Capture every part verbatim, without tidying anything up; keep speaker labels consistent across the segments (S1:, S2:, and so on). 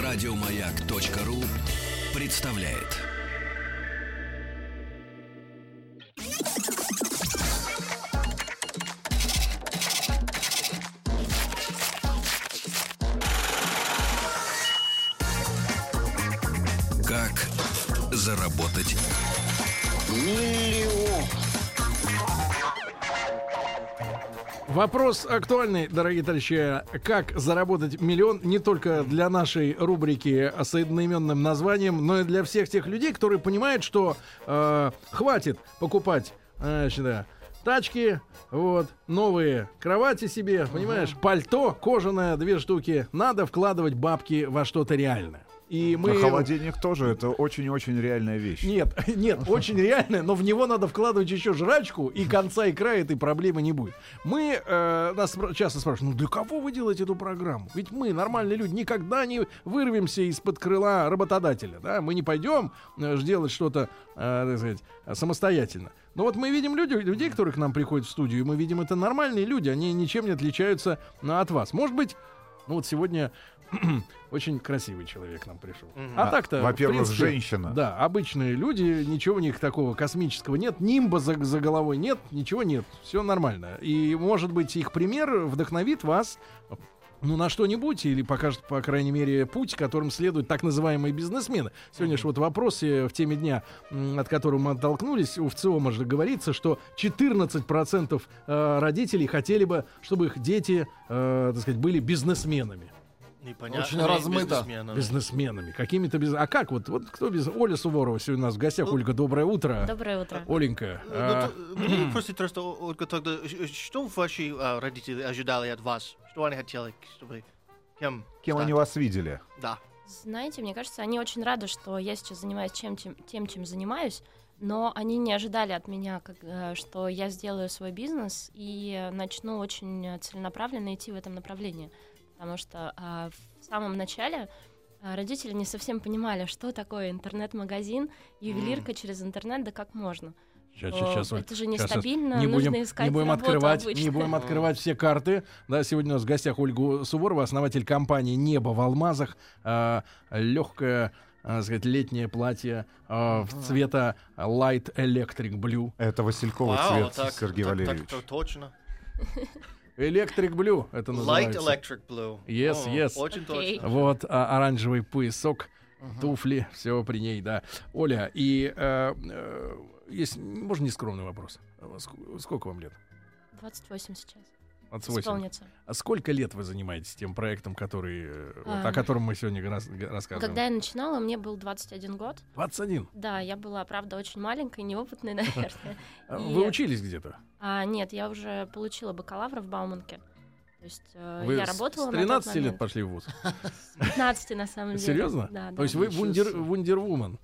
S1: Радиомаяк.ру представляет. Как заработать миллион?
S2: Вопрос актуальный, дорогие товарищи. Как заработать миллион не только для нашей рубрики с одноименным названием, но и для всех тех людей, которые понимают, что э, хватит покупать э, значит, тачки, вот, новые кровати себе, понимаешь, uh-huh. пальто кожаное, две штуки. Надо вкладывать бабки во что-то реальное. И мы...
S3: А холодильник тоже, это очень-очень реальная вещь.
S2: Нет, нет, очень реальная, но в него надо вкладывать еще жрачку, и конца и края этой проблемы не будет. Мы, э, нас часто спрашивают, ну для кого вы делаете эту программу? Ведь мы, нормальные люди, никогда не вырвемся из-под крыла работодателя, да? Мы не пойдем э, делать что-то, э, так сказать, самостоятельно. Но вот мы видим люди, людей, которые к нам приходят в студию, и мы видим, это нормальные люди, они ничем не отличаются ну, от вас. Может быть, ну вот сегодня очень красивый человек к нам пришел. Mm-hmm. А так-то,
S3: во-первых,
S2: в принципе,
S3: женщина.
S2: Да, обычные люди, ничего у них такого космического нет, нимба за, за головой нет, ничего нет, все нормально. И, может быть, их пример вдохновит вас, ну, на что-нибудь, или покажет, по крайней мере, путь, которым следуют так называемые бизнесмены. Сегодня же вот в вопросе в теме дня, от которого мы оттолкнулись, у ВЦИОМа же говорится, что четырнадцать процентов э, родителей хотели бы, чтобы их дети, э, так сказать, были бизнесменами.
S4: Непонятно.
S5: Очень размыто.
S4: Бизнесменами.
S2: Бизнесменами. Какими-то бизнес... А как вот, вот кто без... Оля Суворова сегодня у нас в гостях. Ольга, доброе утро.
S6: Доброе утро.
S2: Оленька.
S4: Ну,
S2: а...
S4: Мне просто интересно, Ольга, тогда что ваши а, родители ожидали от вас? Что они хотели, чтобы кем
S3: Кем
S4: стать?
S3: они вас видели?
S4: Да.
S6: Знаете, мне кажется, они очень рады, что я сейчас занимаюсь чем, тем, тем чем занимаюсь, но они не ожидали от меня, как, что я сделаю свой бизнес и начну очень целенаправленно идти в этом направлении. Потому что а, в самом начале а, родители не совсем понимали, что такое интернет-магазин, ювелирка mm. через интернет, да как можно.
S2: Сейчас, сейчас,
S6: это же
S2: сейчас,
S6: нестабильно,
S2: не
S6: нужно
S2: будем,
S6: искать
S2: не будем
S6: работу
S2: открывать,
S6: обычно.
S2: Не будем открывать все карты. Да, сегодня у нас в гостях Ольга Суворова, основатель компании «Небо в алмазах». А, легкое, а, сказать, летнее платье а, в цвета Light Electric Blue.
S3: Это васильковый
S4: Вау,
S3: цвет,
S4: так,
S3: Сергей
S4: так,
S3: Валерьевич.
S4: Так, так, точно.
S2: Electric Blue это называется.
S4: Light Electric Blue.
S2: Yes,
S4: О,
S2: yes.
S4: Очень
S6: Окей.
S4: точно.
S2: Вот а, оранжевый поясок, uh-huh. туфли, все при ней, да. Оля, и э, э, есть, можно нескромный вопрос. Ск- сколько вам лет?
S6: двадцать восемь сейчас.
S2: двадцать восемь.
S6: Исполнится.
S2: А сколько лет вы занимаетесь тем проектом, который, э,
S6: А,
S2: вот, о котором мы сегодня рас- рассказываем?
S6: Когда я начинала, мне был двадцать один год.
S2: двадцать один.
S6: Да, я была, правда, очень маленькой, неопытной, наверное.
S2: Вы
S6: И-
S2: учились где-то?
S6: А, нет, я уже получила бакалавра в Бауманке. То есть э,
S2: Вы
S6: я
S2: с-
S6: работала
S2: с
S6: на тот
S2: тринадцати лет
S6: момент.
S2: пошли в вуз?
S6: С пятнадцати, на самом деле.
S2: Серьезно?
S6: Да, да.
S2: То есть вы
S4: Ничего
S2: вундер,
S4: себе.
S2: вундервумен.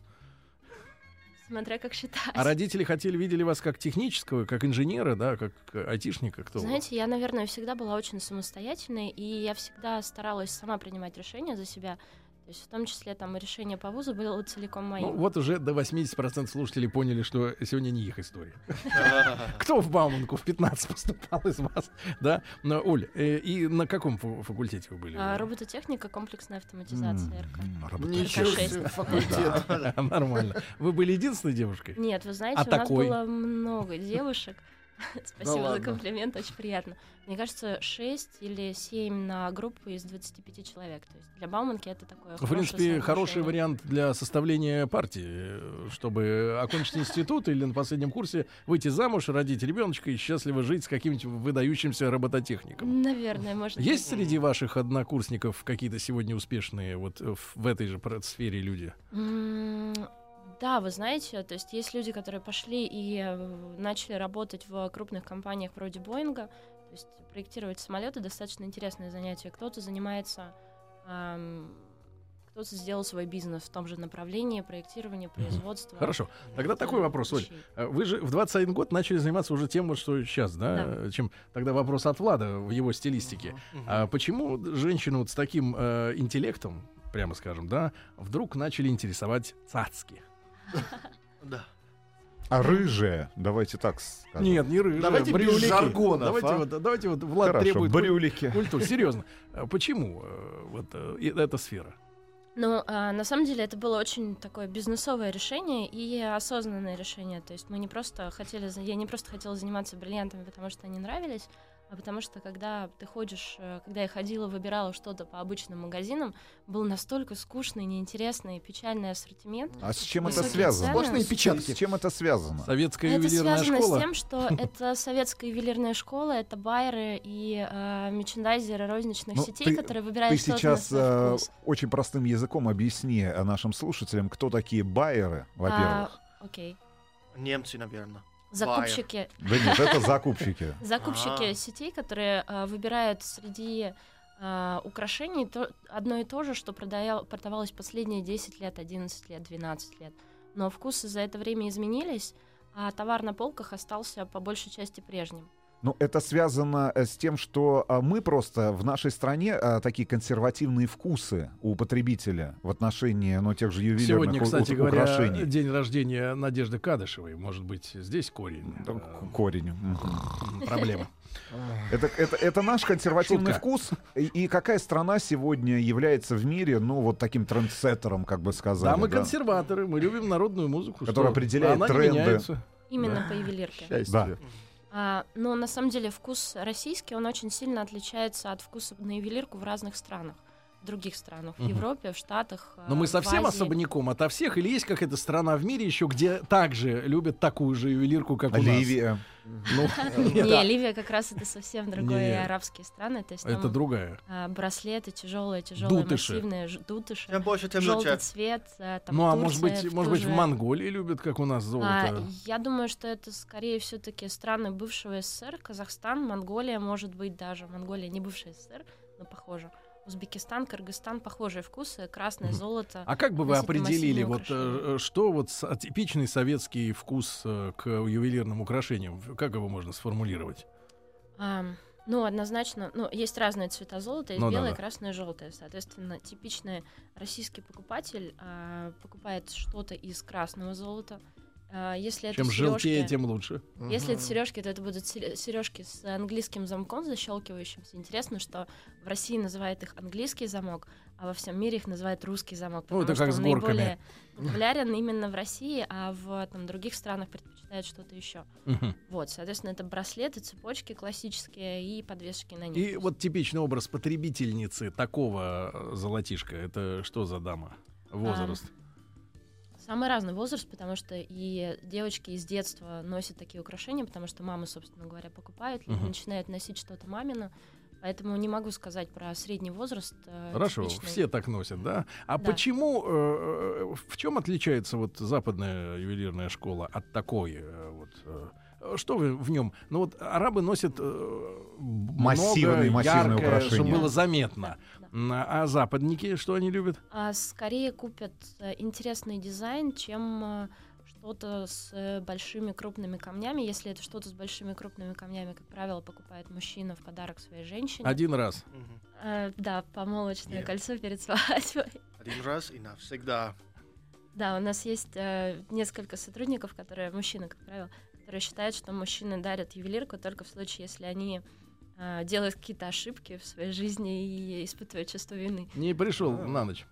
S6: Смотря как считать.
S2: А родители хотели, видели вас как технического, как инженера, да, как э, айтишника, кто? вы?
S6: Знаете, я, наверное, всегда была очень самостоятельной, и я всегда старалась сама принимать решения за себя. То есть в том числе там решение по вузу было целиком моим.
S2: Ну, вот уже до восемьдесят процентов слушателей поняли, что сегодня не их история. Кто в Бауманку в пятнадцать поступал из вас? Да? Но, Оль, э, и на каком фу- факультете вы были?
S6: А, робототехника, комплексная автоматизация РК.
S5: Ничего
S6: шесть.
S5: себе, факультет.
S2: Нормально. Вы были единственной девушкой?
S6: Нет, вы знаете,
S2: А
S6: у нас
S2: такой?
S6: было много девушек. Спасибо за
S5: ладно.
S6: комплимент, очень приятно. Мне кажется, шесть или семь на группу из двадцати пяти человек. То есть для Бауманки это такое
S2: В
S6: хорошее
S2: принципе, хороший
S6: соотношение.
S2: вариант для составления партии, э, чтобы окончить институт или на последнем курсе выйти замуж, родить ребеночка и счастливо жить с каким-нибудь выдающимся робототехником.
S6: Наверное, может
S2: Есть
S6: быть.
S2: среди ваших однокурсников какие-то сегодня успешные вот э, в в этой же пр- сфере люди?
S6: М, Да, вы знаете, то есть есть люди, которые пошли и э, начали работать в крупных компаниях вроде Боинга. То есть проектировать самолеты достаточно интересное занятие. Кто-то занимается, эм, кто-то сделал свой бизнес в том же направлении проектирования, производства.
S2: Хорошо. Тогда такой вопрос, Оль.
S6: вещей.
S2: А Вы же в двадцать один год начали заниматься уже тем, вот что сейчас, да?
S6: Да.
S2: Чем тогда вопрос от Влада в его стилистике. А почему женщину вот с таким э, интеллектом, прямо скажем, да, вдруг начали интересовать цацки?
S4: Да.
S3: А рыжие, давайте так скажем.
S2: Нет, не рыжие,
S5: Давайте без
S2: брюлики.
S5: жаргонов,
S2: Давайте,
S5: а?
S2: вот, давайте вот Влад
S3: Хорошо,
S2: требует куль-
S3: брюлики.
S2: культуры. Серьезно. А Почему э, вот э, и- эта сфера?
S6: Ну, а, на самом деле это было очень такое бизнесовое решение и осознанное решение. То есть мы не просто хотели, за- я не просто хотела заниматься бриллиантами, потому что они нравились, а потому что когда ты ходишь, э, когда я ходила, выбирала что-то по обычным магазинам, был настолько скучный, неинтересный, печальный ассортимент.
S3: А с чем это
S6: Высокие
S3: связано?
S6: цены.
S2: Сплошные печатки.
S3: С чем это связано?
S2: Советская
S6: Это
S2: ювелирная
S6: связано
S2: школа.
S6: с тем, что это советская ювелирная школа, это байеры и э, мерчендайзеры розничных
S3: Ну,
S6: сетей,
S3: ты-
S6: которые
S3: Ты
S6: выбирают что-то
S3: сейчас
S6: на свой
S3: э,
S6: вкус.
S3: очень простым языком объясни э, нашим слушателям, кто такие байеры, во-первых.
S6: А, окей.
S4: Немцы, наверное.
S6: Закупщики,
S3: Да нет, это закупщики.
S6: закупщики
S4: А.
S6: сетей, которые э, выбирают среди э, украшений то, одно и то же, что продая- продавалось последние десять лет, одиннадцать лет, двенадцать лет. Но вкусы за это время изменились, а товар на полках остался по большей части прежним.
S3: Ну, это связано э, с тем, что а, мы просто в нашей стране а, такие консервативные вкусы у потребителя в отношении, ну, тех же ювелирных
S2: Сегодня,
S3: у-
S2: кстати
S3: у-
S2: говоря,
S3: украшений.
S2: день рождения Надежды Кадышевой. Может быть, здесь корень
S3: Да,
S2: э,
S3: к- Корень. Мгм.
S2: проблемы.
S3: Это, это, это наш консервативный
S2: Шутка.
S3: вкус. И, и какая страна сегодня является в мире, ну, вот таким трендсеттером, как бы сказали.
S2: Да, мы
S3: да?
S2: консерваторы, мы любим народную музыку.
S3: Которая
S2: что
S3: определяет
S2: она не
S3: тренды.
S2: меняется.
S6: Именно по ювелирке.
S3: Да.
S6: А, но на самом деле вкус российский, он очень сильно отличается от вкуса на ювелирку в разных странах. В других странах. В
S2: Мгм.
S6: Европе, в Штатах.
S2: Но
S6: а,
S2: мы
S6: в
S2: совсем
S6: Азии.
S2: особняком ото всех? Или есть какая-то страна в мире еще, где также любят такую же ювелирку, как у нас?
S3: Ливия.
S2: Ну, нет,
S6: Не, Ливия как раз это совсем другое,
S2: Не.
S6: арабские страны. То есть
S2: это
S6: там
S2: другая.
S6: а, браслеты тяжелые, тяжелые,
S2: Дутыши.
S6: массивные, ж- дутыши.
S4: Чем больше, тем
S6: Желтый
S4: лучше.
S6: цвет. а, там
S2: Ну, а
S6: Турция,
S2: может быть, может быть, в
S6: тоже-
S2: Монголии любят, как у нас
S6: А,
S2: золото?
S6: я думаю, что это скорее все-таки страны бывшего СССР, Казахстан, Монголия, может быть даже. Монголия не бывшая СССР, но похоже. Узбекистан, Кыргызстан, похожие вкусы, красное
S2: Мгм.
S6: золото.
S2: А как бы вы
S6: относительно
S2: определили,
S6: массивные
S2: вот
S6: украшения.
S2: э, что вот с- типичный советский вкус э, к ювелирным украшениям? Как его можно сформулировать?
S6: Ам, ну, однозначно, ну, есть разные цвета золота, есть
S2: Ну да,
S6: белое,
S2: да.
S6: красное, желтое. Соответственно, типичный российский покупатель а, покупает что-то из красного золота. А, если это
S2: Чем желтее,
S6: сережки,
S2: тем лучше.
S6: если это сережки, то это будут сережки с английским замком защелкивающимся. Интересно, что в России называют их английский замок, а во всем мире их называют русский замок.
S2: Ну,
S6: Потому
S2: это
S6: что
S2: как с
S6: он
S2: горками.
S6: наиболее популярен именно в России, а в там, других странах предпочитают что-то еще.
S2: Мгм.
S6: Вот, соответственно, это браслеты, цепочки классические и подвесочки на них.
S2: И вот типичный образ потребительницы такого э, золотишка, это что за дама? Возраст.
S6: Самый разный возраст, потому что и девочки из детства носят такие украшения, потому что мамы, собственно говоря, покупают, либо
S2: Мгм.
S6: начинают носить что-то мамино. Поэтому не могу сказать про средний возраст. э,
S2: Хорошо,
S6: типичный.
S2: все так носят, да? А
S6: Да.
S2: почему, э, в чем отличается вот западная ювелирная школа от такой э, вот? э, Что вы в нем? Ну вот арабы носят э,
S3: Массивные,
S2: много,
S3: массивные
S2: яркое,
S3: украшения.
S2: чтобы было
S6: Да.
S2: заметно.
S6: Да, да.
S2: М, А западники что они любят?
S6: А скорее купят э, интересный дизайн, чем э, что-то с э, большими крупными камнями. Если это что-то с большими крупными камнями, как правило, покупает мужчина в подарок своей женщине.
S2: Один раз.
S4: Мгм.
S6: Э, да, помолвочное
S2: Нет.
S6: кольцо перед свадьбой.
S4: Один раз и навсегда.
S6: Да, у нас есть э, несколько сотрудников, которые, мужчины, как правило, которые считают, что мужчины дарят ювелирку только в случае, если они э, делают какие-то ошибки в своей жизни и испытывают чувство вины.
S2: Не пришел на ночь.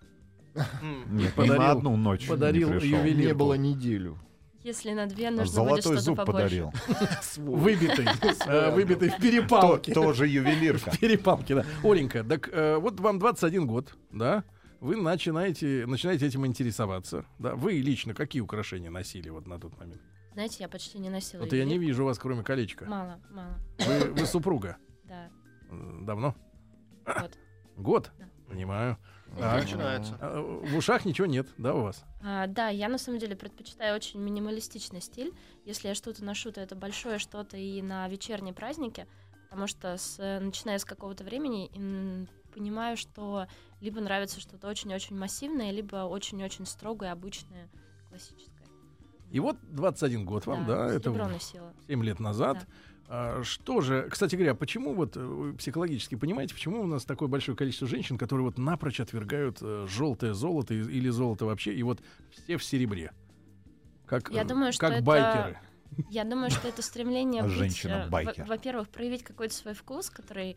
S4: М.
S3: Нет,
S2: Подарил-
S3: ни на одну ночь
S2: подарил
S3: не пришел.
S2: ювелирку.
S5: Не было неделю.
S6: Если на две нужно будет
S3: Золотой
S6: что-то
S3: зуб
S6: побольше.
S3: подарил.
S2: Выбитый. э, Выбитый в
S3: То-
S2: перепалке.
S3: Тоже ювелирка.
S2: В перепалке, да. Оленька, так э, вот вам двадцать один год, да? Вы начинаете, начинаете этим интересоваться. Да? Вы лично какие украшения носили вот на тот момент?
S6: Знаете, я почти не носила
S2: Вот я не
S6: ювелирку.
S2: вижу вас, кроме колечка.
S6: Мало, мало,
S2: Вы, вы супруга.
S6: да.
S2: Э, Давно?
S6: Вот.
S2: Год?
S6: Да.
S2: Понимаю.
S4: Вот
S2: Так.
S4: Начинается.
S2: А, в ушах ничего нет, да, у вас?
S6: А, да, я на самом деле предпочитаю очень минималистичный стиль. Если я что-то ношу, то это большое что-то и на вечерние праздники, потому что с, начиная с какого-то времени м, понимаю, что либо нравится что-то очень-очень массивное, либо очень-очень строгое, обычное, классическое.
S2: И вот двадцать один год вам, да, это
S6: серебро носила.
S2: семь лет назад.
S6: Да.
S2: А, что же, кстати говоря, почему вот э, вы психологически понимаете, почему у нас такое большое количество женщин, которые вот напрочь отвергают э, желтое золото и- или золото вообще, и вот все в серебре? Как,
S6: Я
S2: э,
S6: думаю, что
S2: как
S6: это-
S2: байкеры.
S6: Я думаю, что это стремление быть,
S3: Женщина
S6: э,
S3: байкер.
S6: во- во-первых, проявить какой-то свой вкус, который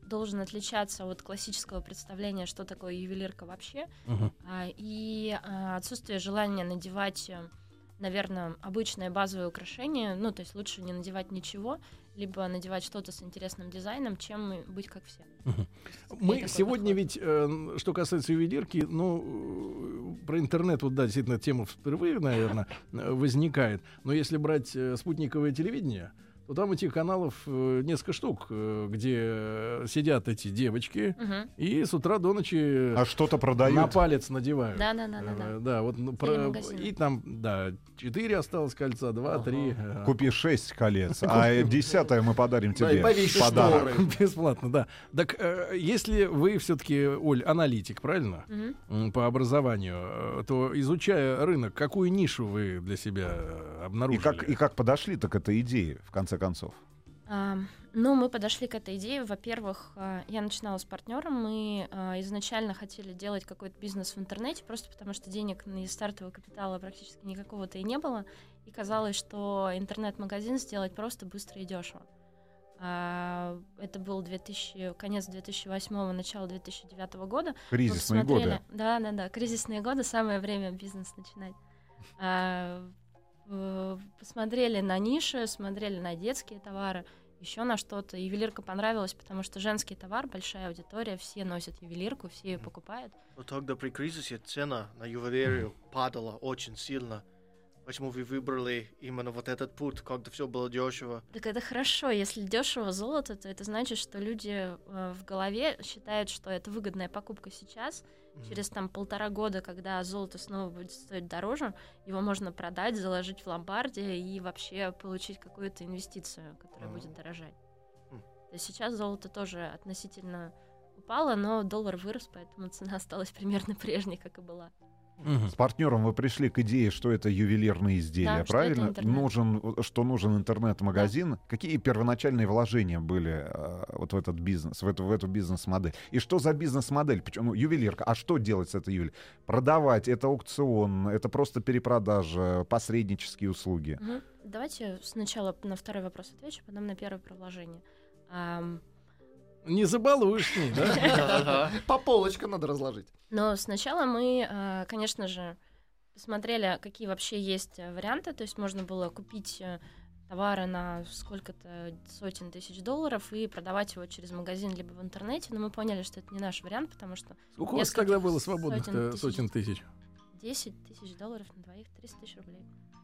S6: должен отличаться от классического представления, что такое ювелирка вообще,
S2: Мгм.
S6: а, и а, отсутствие желания надевать, э, наверное, обычное базовое украшение, ну, то есть лучше не надевать ничего, либо надевать что-то с интересным дизайном, чем быть как все.
S2: Мгм.
S6: Есть
S2: Мы
S6: такой
S2: сегодня
S6: подход.
S2: ведь, э, что касается ювелирки, ну, э, про интернет, вот да, действительно, тема впервые, наверное, возникает. Но если брать э, спутниковое телевидение, то там этих каналов э, несколько штук, э, где э, сидят эти девочки
S6: Мгм.
S2: и с утра до ночи
S3: А что-то
S2: на
S3: продают.
S2: палец надевают.
S6: Да, да, да, да, да.
S2: Э, да, вот ну, про-
S6: Телемагазины.
S2: и там, да, четыре осталось кольца, два, три. э,
S3: Купи шесть колец, а десятое мы подарим
S5: Да, и
S3: тебе.
S5: повесь
S3: в подарок.
S5: шторы.
S2: Бесплатно, да. Так, э, если вы все-таки, Оль, аналитик, правильно?
S6: Мгм.
S2: М, По образованию, э, то изучая рынок, какую нишу вы для себя э,
S3: И
S2: обнаружили?
S3: как, и как подошли-то к этой идее, в конце концов?
S6: А, ну, мы подошли к этой идее. Во-первых, а, я начинала с партнером. Мы а, изначально хотели делать какой-то бизнес в интернете, просто потому что денег на стартового капитала практически никакого-то и не было. И казалось, что интернет-магазин сделать просто, быстро и дешево. А, это был две тысячи, конец две тысячи восьмого, начало две тысячи девятого года. Мы
S3: Кризисные
S6: посмотрели-
S3: годы.
S6: Да, да, да. Кризисные годы, самое время бизнес начинать. А, в- посмотрели на ниши, смотрели на детские товары, еще на что-то. Ювелирка понравилась, потому что женский товар, большая аудитория, все носят ювелирку, все ее покупают.
S4: Но тогда при кризисе цена на ювелирию падала очень сильно. Почему вы выбрали именно вот этот путь, когда все было дешево?
S6: Так это хорошо, если дешево золото, то это значит, что люди э, в голове считают, что это выгодная покупка сейчас. Через там полтора года, когда золото снова будет стоить дороже, его можно продать, заложить в ломбарде и вообще получить какую-то инвестицию, которая
S4: Мгм.
S6: будет дорожать.
S4: М.
S6: То есть сейчас золото тоже относительно упало, но доллар вырос, поэтому цена осталась примерно прежней, как и была.
S2: Мгм.
S3: С партнером вы пришли к идее, что это ювелирные изделия,
S6: Да, что
S3: правильно?
S6: это интернет.
S3: Нужен, что нужен интернет-магазин. Какие первоначальные вложения были э, вот в этот бизнес, в эту, в эту бизнес-модель? И что за бизнес-модель? Почему? Ну, ювелирка. А что делать с этой ювелиркой? Продавать? Это аукцион? Это просто перепродажа? Посреднические услуги?
S6: Мгм. Давайте сначала на второй вопрос отвечу, потом на первое про вложение. Ам,
S2: Не забалуешь с ней, да?
S4: Ага.
S5: По полочкам надо разложить.
S6: Но сначала мы, э, конечно же, посмотрели, какие вообще есть э, варианты. То есть можно было купить э, товары на сколько-то сотен тысяч долларов и продавать его через магазин либо в интернете. Но мы поняли, что это не наш вариант, потому что
S2: Сколько у вас
S6: Нескольких
S2: тогда было свободных
S6: сотен тысяч.
S2: сотен тысяч?
S6: десять тысяч долларов на двоих, триста тысяч рублей.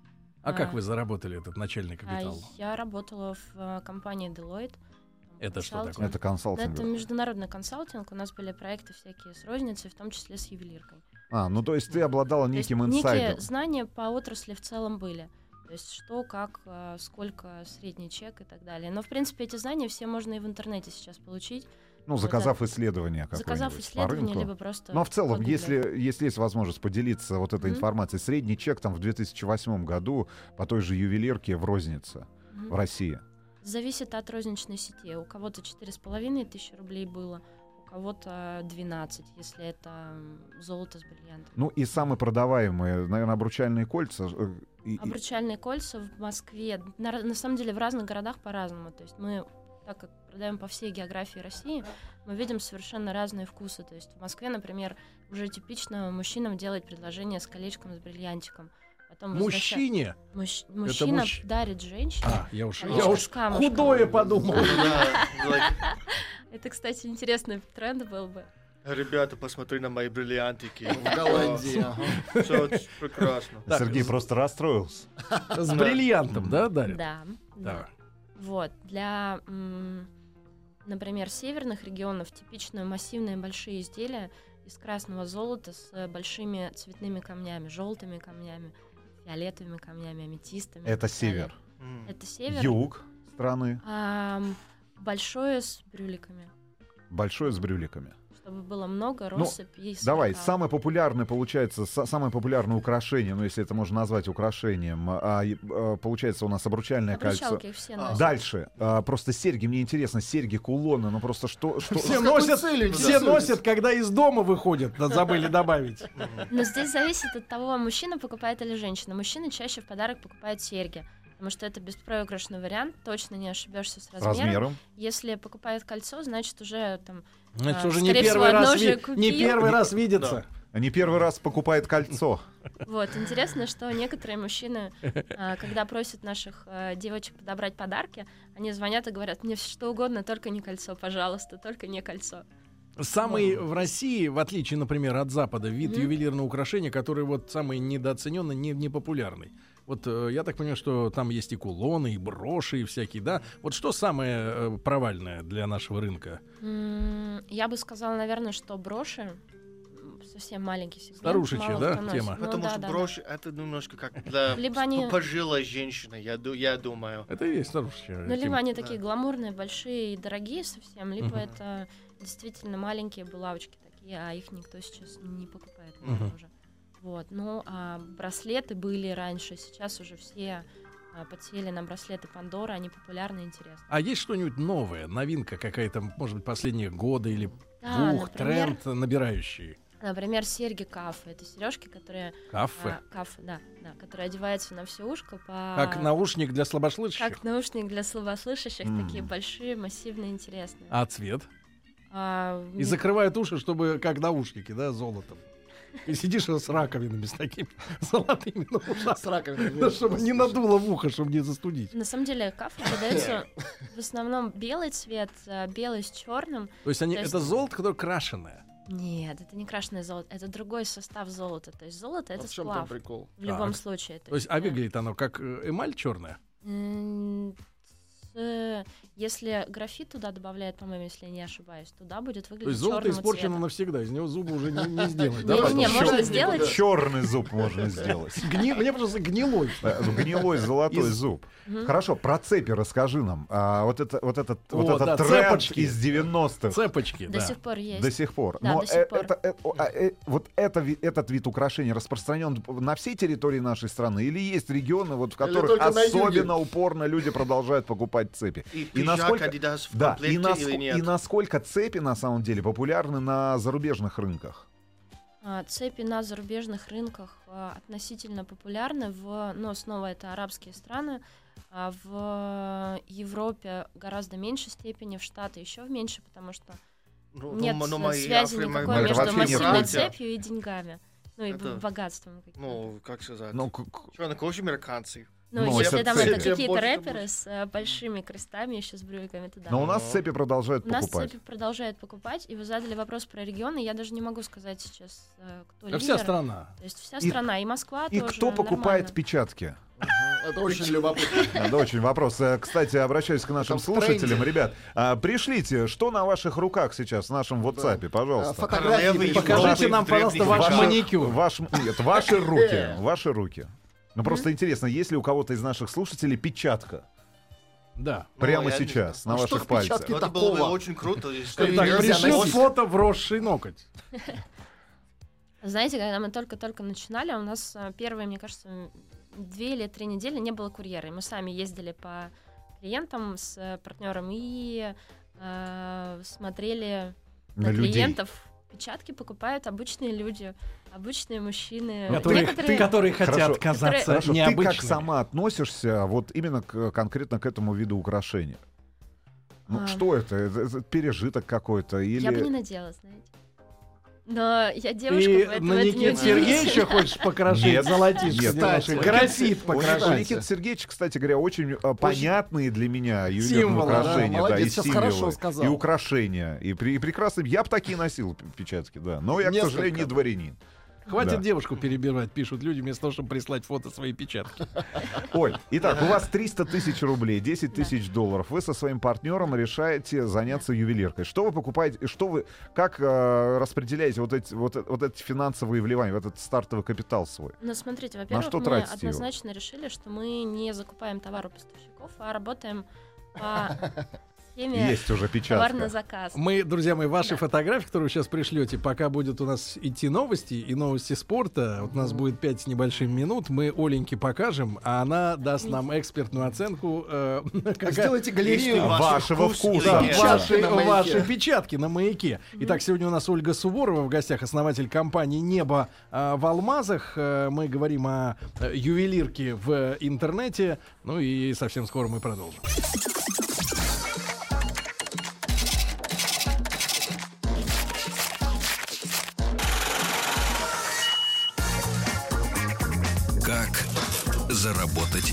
S2: А как
S6: А.
S2: вы заработали этот начальный
S6: А
S2: капитал?
S6: я работала в э, компании Deloitte.
S2: Это что
S6: консалтинг.
S2: такое?
S3: Это консалтинг.
S6: Это международный консалтинг. У нас были проекты всякие с розницей, в том числе с ювелиркой.
S3: А, ну то есть ты обладала
S6: То есть
S3: неким
S6: некие
S3: инсайдом.
S6: знания по отрасли в целом были. То есть что, как, э, сколько средний чек и так далее. Но, в принципе, эти знания все можно и в интернете сейчас получить.
S3: Ну, заказав исследование
S6: Заказав
S3: какое-нибудь по
S6: исследование,
S3: рынку.
S6: либо просто...
S3: Ну, а в целом,
S6: погуглив.
S3: если, если есть возможность поделиться вот этой
S6: Мгм.
S3: информацией, средний чек там в две тысячи восьмом году по той же ювелирке в рознице
S6: Мгм.
S3: в России.
S6: Зависит от розничной сети. У кого-то четыре с половиной тысячи рублей было, у кого-то двенадцать, если это м, золото с бриллиантом.
S3: Ну и самые продаваемые, наверное, обручальные кольца. э, и- и-
S6: Обручальные кольца в Москве, на, ра- на самом деле в разных городах по-разному. То есть мы, так как продаем по всей географии России, мы видим совершенно разные вкусы. То есть в Москве, например, уже типично мужчинам делать предложение с колечком, с бриллиантиком. Потом возвраща-
S2: Мужчине?
S6: Мужч- Мужчина
S2: мужч-
S6: дарит женщине.
S2: А, я уж,
S6: колечко
S2: я уж
S6: с камушком.
S2: худое подумал.
S4: Да, like,
S6: Это, кстати, интересный тренд был бы.
S4: ребята, посмотри на мои бриллиантики.
S5: В Голландии. ага.
S4: Все прекрасно.
S2: Так,
S3: Сергей
S2: с-
S3: просто расстроился.
S2: С бриллиантом, да, дарит?
S6: Да, да.
S2: Да.
S6: Вот. Для, м, например, северных регионов типично массивные большие изделия из красного золота с э, большими цветными камнями, желтыми камнями, фиолетовыми камнями, аметистами. и
S3: Это
S6: так далее.
S3: север.
S4: М.
S6: Это север.
S3: Юг страны.
S6: Ам, большое с брюликами,
S3: Большое с брюликами.
S6: чтобы было много
S3: Ну,
S6: россыпь и
S3: Давай,
S6: сверкало.
S3: самое популярное получается, са- самое популярное украшение, ну если это можно назвать украшением, а, и, а, получается у нас обручальное кольцо.
S6: Обручалки их все носят.
S3: Дальше, а, просто серьги, мне интересно, серьги, кулоны, ну просто что... что...
S2: Все
S5: какой
S2: носят,
S5: целью
S2: все
S5: интересуетесь?
S2: носят, когда из дома выходят, да, забыли добавить.
S6: Но здесь зависит от того, мужчина покупает или женщина. Мужчина чаще в подарок покупает серьги. потому что это беспроигрышный вариант, точно не ошибешься с
S3: С
S6: размером.
S3: размером.
S6: Если покупают кольцо, значит уже там,
S2: Это
S6: а,
S2: уже не
S6: скорее всего,
S2: первый,
S6: одно
S2: раз,
S6: уже
S2: ви-
S6: купил.
S2: не первый раз видится.
S3: Они первый раз покупают кольцо.
S6: Вот, интересно, что некоторые мужчины, а, когда просят наших а, девочек подобрать подарки, они звонят и говорят: мне что угодно, только не кольцо, пожалуйста, только не кольцо.
S2: Самый в России, в отличие, например, от Запада, вид
S6: Мгм.
S2: ювелирного украшения, который вот самый недооцененный, не, не популярный. Вот э, я так понимаю, что там есть и кулоны, и броши, и всякие, да? Вот что самое э, провальное для нашего рынка?
S6: М, Я бы сказала, наверное, что броши м, совсем маленький сегмент.
S2: Старушечья,
S6: мало
S2: да,
S6: кто носит.
S2: тема?
S6: Ну,
S4: Потому
S6: да,
S4: что
S6: да, да.
S4: брошь это немножко как для
S6: Либо они-
S4: пожилой женщины, я, ду- я думаю.
S2: Это и есть старушечья
S6: Ну, либо
S2: тема.
S6: они
S4: Да.
S6: такие гламурные, большие и дорогие совсем, либо
S2: Мгм.
S6: это действительно маленькие булавочки такие, а их никто сейчас не покупает, наверное,
S2: Мгм.
S6: уже. Вот. Ну, а браслеты были раньше, сейчас уже все а, подсели на браслеты Пандора, они популярны и интересны.
S2: А есть что-нибудь новое, новинка какая-то, может быть, последние годы или
S6: Да,
S2: двух,
S6: например,
S2: тренд набирающий?
S6: например, серьги кафы. Это сережки, которые
S2: Кафе?
S6: а, кафы, да, да, которые одеваются на все ушко по
S2: Как наушник для слабослышащих?
S6: как наушник для слабослышащих,
S3: М.
S6: такие большие, массивные, интересные.
S2: А цвет?
S6: А,
S2: И
S6: не-
S2: закрывают уши, чтобы как наушники, да, золотом. И сидишь с раковинами, с такими золотыми на ушах.
S5: С раковиной.
S2: Да, чтобы не надуло в ухо, чтобы не застудить.
S6: На самом деле кафы продаются в основном белый цвет, а, белый с черным.
S2: То есть, они,
S6: То есть-
S2: это золото, которое крашеное.
S6: Нет, это не крашеное золото, это другой состав золота. То есть золото
S5: А
S6: это
S5: в чем там
S6: сплав.
S5: прикол?
S6: В любом
S2: Так.
S6: случае.
S2: То есть, а выглядит оно как э, эмаль черная?
S6: М, с- Если графит туда добавляют, по-моему, если я не ошибаюсь, туда будет
S2: То есть
S6: выглядеть
S2: золото
S6: черного
S2: испорчено
S6: цвета.
S2: навсегда, из него зубы уже не, не сделать. да,
S6: Не,
S2: потом?
S6: не,
S5: Потом
S6: можно
S5: щёлк
S6: сделать.
S5: никуда.
S3: Черный зуб можно сделать.
S2: Гни- Мне просто гнилой.
S3: Э, Гнилой золотой
S2: Из-
S3: зуб.
S6: Мгм.
S3: Хорошо, про цепи расскажи нам. А, вот, это, вот этот, вот
S2: О,
S3: этот
S2: да,
S3: тренд
S2: цепочки.
S3: из девяностых
S2: Цепочки,
S6: До
S2: да.
S6: сих пор есть.
S3: до сих пор.
S6: Да,
S3: Но
S6: до сих
S3: э-
S6: пор.
S3: это, э, о, а, э, вот это, ви- этот вид украшения распространен на всей территории нашей страны? Или есть регионы, вот, в
S5: Или
S3: которых
S5: только на юге?
S3: особенно упорно люди продолжают покупать цепи?
S4: И,
S3: И
S4: пиджак
S3: насколько-
S4: Adidas в
S3: Да, и,
S4: комплекте
S3: наско-
S4: или нет?
S3: и насколько цепи на самом деле популярны на зарубежных рынках?
S6: А, Цепи на зарубежных рынках а, относительно популярны. В, но снова это арабские страны. А в Европе гораздо меньшей степени, в Штаты еще в меньше, потому что
S4: Ну,
S6: нет
S4: ну,
S6: э,
S4: ну, мои
S6: связи
S4: афри-
S6: никакой
S3: Ну, это
S6: между
S3: вообще не
S6: массивной
S3: правда.
S6: цепью и деньгами. Ну и
S4: Это-
S6: б- богатством. каким-то.
S4: Ну, как сказать?
S3: Ну, к- к-
S4: Чернокожие американцы.
S6: Ну,
S3: ну,
S6: если
S3: это
S6: там
S3: цепи.
S6: это какие-то
S4: Больше
S6: рэперы
S4: будет.
S6: с э, большими крестами, еще с брюликами, то да.
S3: но у нас
S4: Ага.
S3: цепи продолжают
S6: У нас
S3: покупать.
S6: цепи продолжают покупать, и вы задали вопрос про регионы, я даже не могу сказать сейчас, э, кто
S2: Да
S6: лидер.
S2: вся страна.
S6: То есть вся
S3: И-
S6: страна, и Москва
S3: И
S6: тоже
S3: кто покупает
S6: нормально.
S3: печатки?
S5: Это очень любопытно.
S3: Да, очень вопрос. Э, Кстати, обращаюсь к нашим
S5: Там в
S3: слушателям.
S5: тренде.
S3: Ребят, а, пришлите, что на ваших руках сейчас в нашем WhatsApp,
S5: А,
S3: пожалуйста.
S5: Фотографии.
S4: Королевы
S5: причем.
S2: Покажите
S4: Европы
S2: нам,
S4: в
S2: пожалуйста,
S4: древних
S2: ваш
S4: веках.
S2: маникюр.
S3: Ваш, нет, ваши руки. Ваши руки. Ну, просто интересно, есть ли у кого-то из наших слушателей печатка?
S2: Да.
S4: Ну,
S3: Прямо
S4: я не
S3: сейчас,
S5: знаю.
S3: на
S5: А что
S3: ваших
S5: в печатке
S3: пальцах.
S4: Ну, это было бы
S5: такого?
S4: очень круто. если
S2: Так,
S5: нельзя
S2: пришлите
S5: носить.
S2: фото вросший ноготь.
S6: Знаете, когда мы только-только начинали, у нас э, первые, мне кажется, м, две или три недели не было курьера. И мы сами ездили по клиентам с э, партнером и э, смотрели
S3: На
S6: на
S3: людей.
S6: клиентов. Печатки покупают обычные люди, обычные мужчины.
S2: Которые,
S6: Некоторые-
S2: которые хотят
S3: Хорошо.
S2: казаться
S3: Хорошо, ты
S2: необычными.
S3: как сама относишься вот именно к, конкретно к этому виду украшения? Ну,
S6: А.
S3: что это? Это, это пережиток какой-то? Или...
S6: Я бы не надела, знаете. Но я девушка,
S2: Ты
S6: поэтому
S2: на
S6: это не
S2: Никиту
S6: удивительно.
S2: Сергеевича хочешь покрошить
S3: Нет.
S2: золотишко?
S3: Нет,
S2: немножко?
S5: кстати.
S2: Графит
S3: У
S2: покрошить.
S3: Никиты Сергеевича, кстати говоря, очень, э, понятные для меня ювелирные
S2: Символы, да,
S3: украшения, да,
S5: молодец,
S3: и
S5: сейчас
S3: символы,
S5: хорошо сказал.
S3: и украшения, и, при- и прекрасно. Я бы такие носил п- печатки, да. Но я, к
S5: Несколько.
S3: сожалению, не дворянин.
S2: Хватит
S3: Да.
S2: девушку перебирать, пишут люди, вместо того, чтобы прислать фото своей печатки.
S3: Оль, итак, у вас триста тысяч рублей, десять тысяч долларов. Вы со своим партнером решаете заняться ювелиркой. Что вы покупаете, что вы, как э, распределяете вот эти, вот, э- вот эти финансовые вливания, вот этот стартовый капитал свой?
S6: Ну, смотрите, во-первых,
S3: что
S6: мы
S3: тратите его?
S6: однозначно решили, что мы не закупаем товар у поставщиков, а работаем по теме
S3: Есть уже
S6: товар на
S3: печатка.
S6: заказ.
S2: Мы, друзья мои, ваши
S6: Да.
S2: фотографии, которые вы сейчас пришлете, пока будет у нас идти новости и новости спорта, вот у нас будет пять с небольшим минут, мы Оленьке покажем, а она даст нам экспертную оценку. э, какая-
S5: Сделайте галерею
S4: Если ваш
S3: Вашего
S4: вкус
S3: вкуса.
S4: или
S2: Да,
S4: нет.
S2: ваши,
S5: на маяке.
S2: ваши печатки на маяке. Итак, сегодня у нас Ольга Суворова в гостях, основатель компании «Небо а, в алмазах». Э, Мы говорим о э, ювелирке в интернете. Ну и совсем скоро мы продолжим.
S1: Как заработать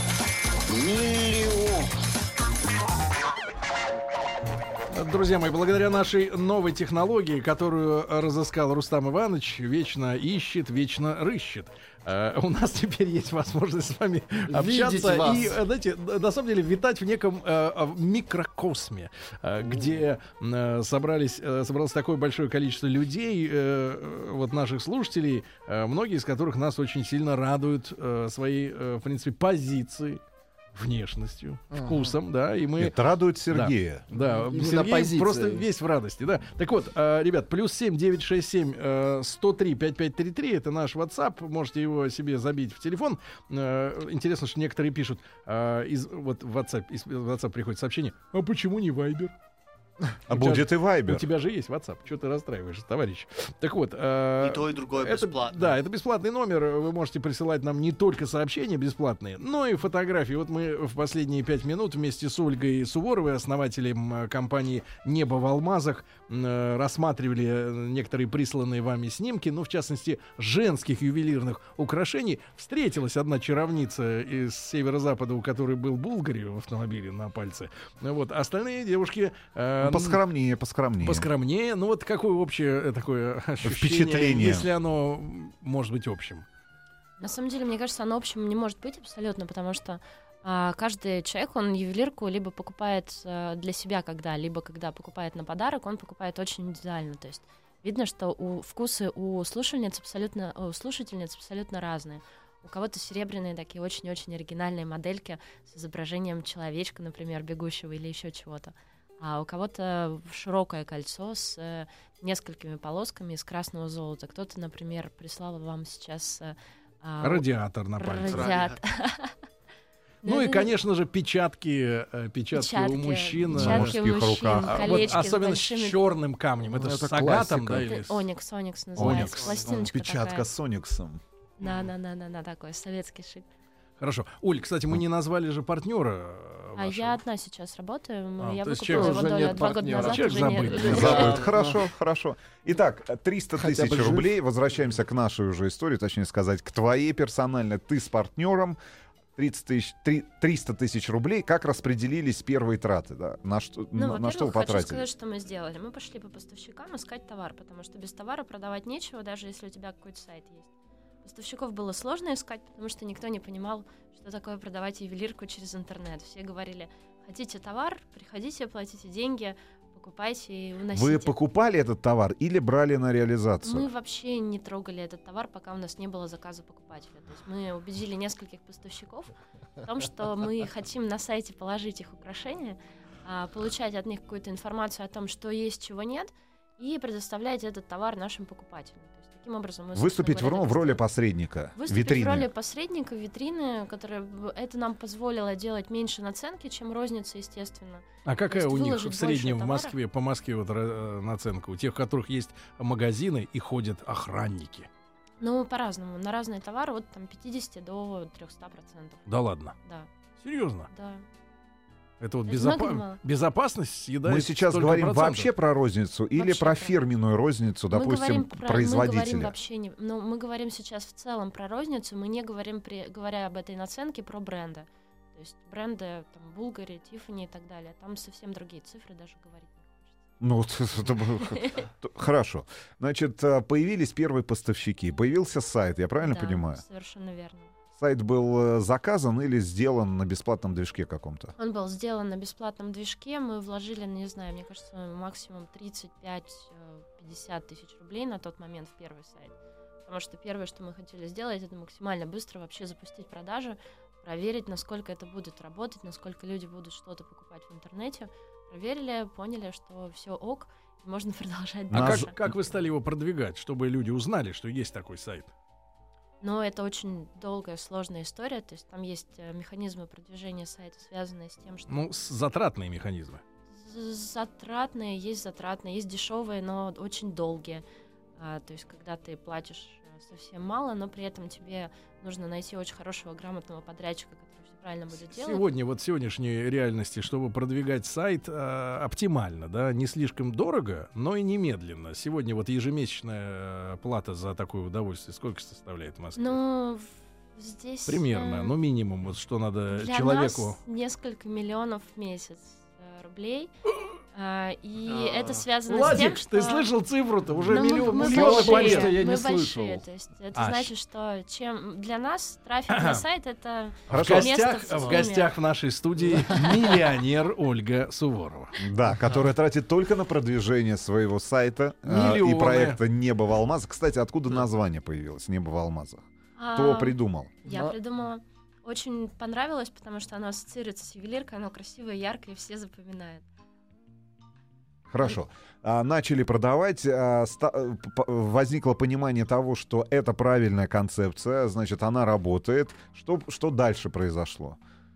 S2: Друзья мои, благодаря нашей новой технологии, которую разыскал Рустам Иванович, вечно ищет, вечно рыщет. Э, у нас теперь есть возможность с вами общаться
S5: вас.
S2: и, э, знаете, н- на самом деле витать в неком э, э, микрокосме, э, где э, собрались, э, собралось такое большое количество людей, э, э, вот наших слушателей, э, многие из которых нас очень сильно радуют э, своей, э, в принципе, позицией, внешностью, вкусом, да, и мы...
S3: Это радует Сергея.
S2: Да,
S5: Именно
S2: Сергей
S5: позиция.
S2: просто весь в радости, да. Так вот, э, ребят, плюс семь девять шесть семь сто три пять пять три три, это наш WhatsApp, можете его себе забить в телефон. Э, интересно, что некоторые пишут, э, из, вот в WhatsApp, из WhatsApp приходит сообщение, а почему не Viber?
S3: А
S2: У тебя
S3: будет и
S2: У
S3: Вайбер.
S2: тебя же есть WhatsApp, что ты расстраиваешься, товарищ? Так вот, э,
S4: И то, и другое
S2: это,
S4: бесплатно.
S2: Да, это бесплатный номер. Вы можете присылать нам не только сообщения бесплатные, но и фотографии. Вот мы в последние пять минут вместе с Ольгой Суворовой, основателем э, компании «Небо в алмазах», э, рассматривали э, некоторые присланные вами снимки, ну, в частности, женских ювелирных украшений. Встретилась одна чаровница из северо-запада, у которой был Булгари в автомобиле на пальце. Ну, вот. Остальные девушки... э,
S3: Ну, поскромнее, поскромнее.
S2: Поскромнее. Ну вот какое общее э, такое ощущение,
S3: Впечатление.
S2: если оно м, может быть общим?
S6: На самом деле, мне кажется, оно общим не может быть абсолютно, потому что а, каждый человек, он ювелирку либо покупает а, для себя когда, либо когда покупает на подарок, он покупает очень индивидуально. То есть видно, что у вкусы у слушательниц абсолютно, у слушательниц абсолютно разные. У кого-то серебряные такие очень-очень оригинальные модельки с изображением человечка, например, бегущего или еще чего-то. А у кого-то широкое кольцо с э, несколькими полосками из красного золота. Кто-то, например, прислал вам сейчас... Э, а,
S2: Радиатор на пальце.
S6: радиат-
S2: Ну и,
S6: Да-да-да.
S2: конечно же, печатки, э, печатки, у мужчин. э,
S6: печатки у
S3: мужских
S6: мужчин,
S3: руках.
S2: а, вот
S6: колечки с
S2: особенно
S6: большими...
S2: с черным камнем. Это,
S5: Ну,
S2: ж
S5: это
S2: с агатом,
S5: классика.
S2: да? Или
S6: Это
S2: с-
S6: Оникс, Оникс называется.
S2: Оникс.
S6: Пластиночка
S3: Печатка
S6: такая.
S3: с Ониксом.
S6: Да-да-да, такой советский шик.
S2: Хорошо. Оль, кстати, мы не назвали же партнера э,
S6: А
S2: вашего.
S6: я одна сейчас работаю. м,
S2: А,
S6: я
S2: то есть
S6: выкупила
S2: человек
S6: его
S5: уже
S6: долю
S5: нет
S6: два года
S5: партнера.
S6: назад.
S2: Человек
S6: уже нет.
S2: забыт.
S6: Да.
S3: Забыт.
S5: Да.
S3: Хорошо, хорошо. Итак, триста
S5: Хотя
S3: тысяч
S5: бы жив.
S3: рублей. Возвращаемся к нашей уже истории, точнее сказать, к твоей персонально. Ты с партнером. тридцать тысяч, три- триста тысяч рублей. Как распределились первые траты? Да? На, что,
S6: Ну,
S3: на, на что вы
S6: во-первых, хочу
S3: потратили?
S6: сказать, что мы сделали. Мы пошли по поставщикам искать товар, потому что без товара продавать нечего, даже если у тебя какой-то сайт есть. Поставщиков было сложно искать, потому что никто не понимал, что такое продавать ювелирку через интернет. Все говорили, хотите товар, приходите, платите деньги, покупайте и уносите.
S3: Вы покупали этот товар или брали на реализацию?
S6: Мы вообще не трогали этот товар, пока у нас не было заказа покупателя. То есть мы убедили нескольких поставщиков в том, что мы хотим на сайте положить их украшения, а, получать от них какую-то информацию о том, что есть, чего нет, и предоставлять этот товар нашим покупателям. То есть таким образом мы, собственно
S3: Выступить в,
S6: говоря,
S3: ро-
S6: так
S3: в роли
S6: сделали.
S3: посредника,
S6: Выступить
S3: витрины.
S6: в роли посредника, витрины, которая б- это нам позволило делать меньше наценки, чем розница, естественно.
S2: А какая
S6: есть
S2: у них
S6: выложить
S2: в среднем в
S6: больше
S2: Москве, по Москве вот ра- наценка? У тех, у которых есть магазины и ходят охранники.
S6: Ну, по-разному. На разные товары от там, пятьдесят до трехсот процентов.
S2: Да ладно?
S6: Да,
S2: Серьезно?
S6: да.
S2: Это вот
S6: Это
S2: безопа-
S6: много или мало?
S2: безопасность съедает
S3: Мы сейчас
S2: столько
S3: говорим
S2: процентов?
S3: вообще про розницу или
S6: Вообще
S3: про
S6: про-
S3: фирменную розницу,
S6: Мы
S3: допустим,
S6: говорим про- Мы говорим
S3: производителя?
S6: вообще не... Ну, мы говорим сейчас в целом про розницу, мы не говорим, при, говоря об этой наценке, про бренды. То есть бренды, там, Булгари, Тиффани и так далее. Там совсем другие цифры даже говорить не хочется.
S3: Ну, вот это было- т- хорошо. Значит, э, появились первые поставщики, появился сайт, я правильно
S6: Да,
S3: понимаю?
S6: Совершенно верно.
S3: Сайт был э, заказан или сделан на бесплатном движке каком-то?
S6: Он был сделан на бесплатном движке, мы вложили, ну, не знаю, мне кажется, максимум тридцать пять - пятьдесят тысяч рублей на тот момент в первый сайт. Потому что первое, что мы хотели сделать, это максимально быстро вообще запустить продажи, проверить, насколько это будет работать, насколько люди будут что-то покупать в интернете. проверили, поняли, что все ок, и можно продолжать
S2: А
S6: дальше.
S2: как, как вы стали его продвигать, чтобы люди узнали, что есть такой сайт?
S6: Но это очень долгая, сложная история. То есть там есть э, механизмы продвижения сайта, связанные с тем, что
S2: Ну, с- затратные механизмы.
S6: з- затратные, есть затратные, есть дешевые, но очень долгие. А, то есть когда ты платишь э, совсем мало, но при этом тебе нужно найти очень хорошего, грамотного подрядчика, который все правильно будет делать.
S2: Сегодня, вот в сегодняшней реальности, чтобы продвигать сайт э, оптимально, да, не слишком дорого, но и немедленно. Сегодня вот ежемесячная э, плата за такое удовольствие сколько составляет в Москве?
S6: Ну, в- здесь...
S2: Примерно,
S6: э,
S2: ну минимум, вот что надо
S6: Для
S2: человеку.
S6: нас несколько миллионов в месяц э, рублей. А, и
S4: А.
S6: это связано с
S2: Владик,
S6: тем, что...
S2: ты слышал цифру-то? Уже
S6: Ну, мы-
S2: миллион,
S6: мы
S2: миллион
S6: большие,
S2: побед.
S5: я не
S6: мы
S5: слышал.
S6: большие, то есть это
S2: А,
S6: значит, что чем для нас трафик на сайт это
S2: В
S3: Хорошо.
S2: гостях,
S6: место в
S2: в
S6: сумме.
S2: гостях в нашей студии миллионер Ольга Суворова.
S3: Да, которая тратит только на продвижение своего сайта э, и
S2: Миллионы.
S3: проекта «Небо в алмазах». Кстати, откуда название появилось «Небо в алмазах»? Кто
S6: А,
S3: придумал?
S6: Я
S5: Но-
S6: придумала. Очень понравилось, потому что оно ассоциируется с ювелиркой, оно красивое, яркое, и все запоминают.
S3: Хорошо. А, начали продавать, а, ста- э, п- п- возникло понимание того, что это правильная концепция, значит, она работает. Что, что дальше произошло?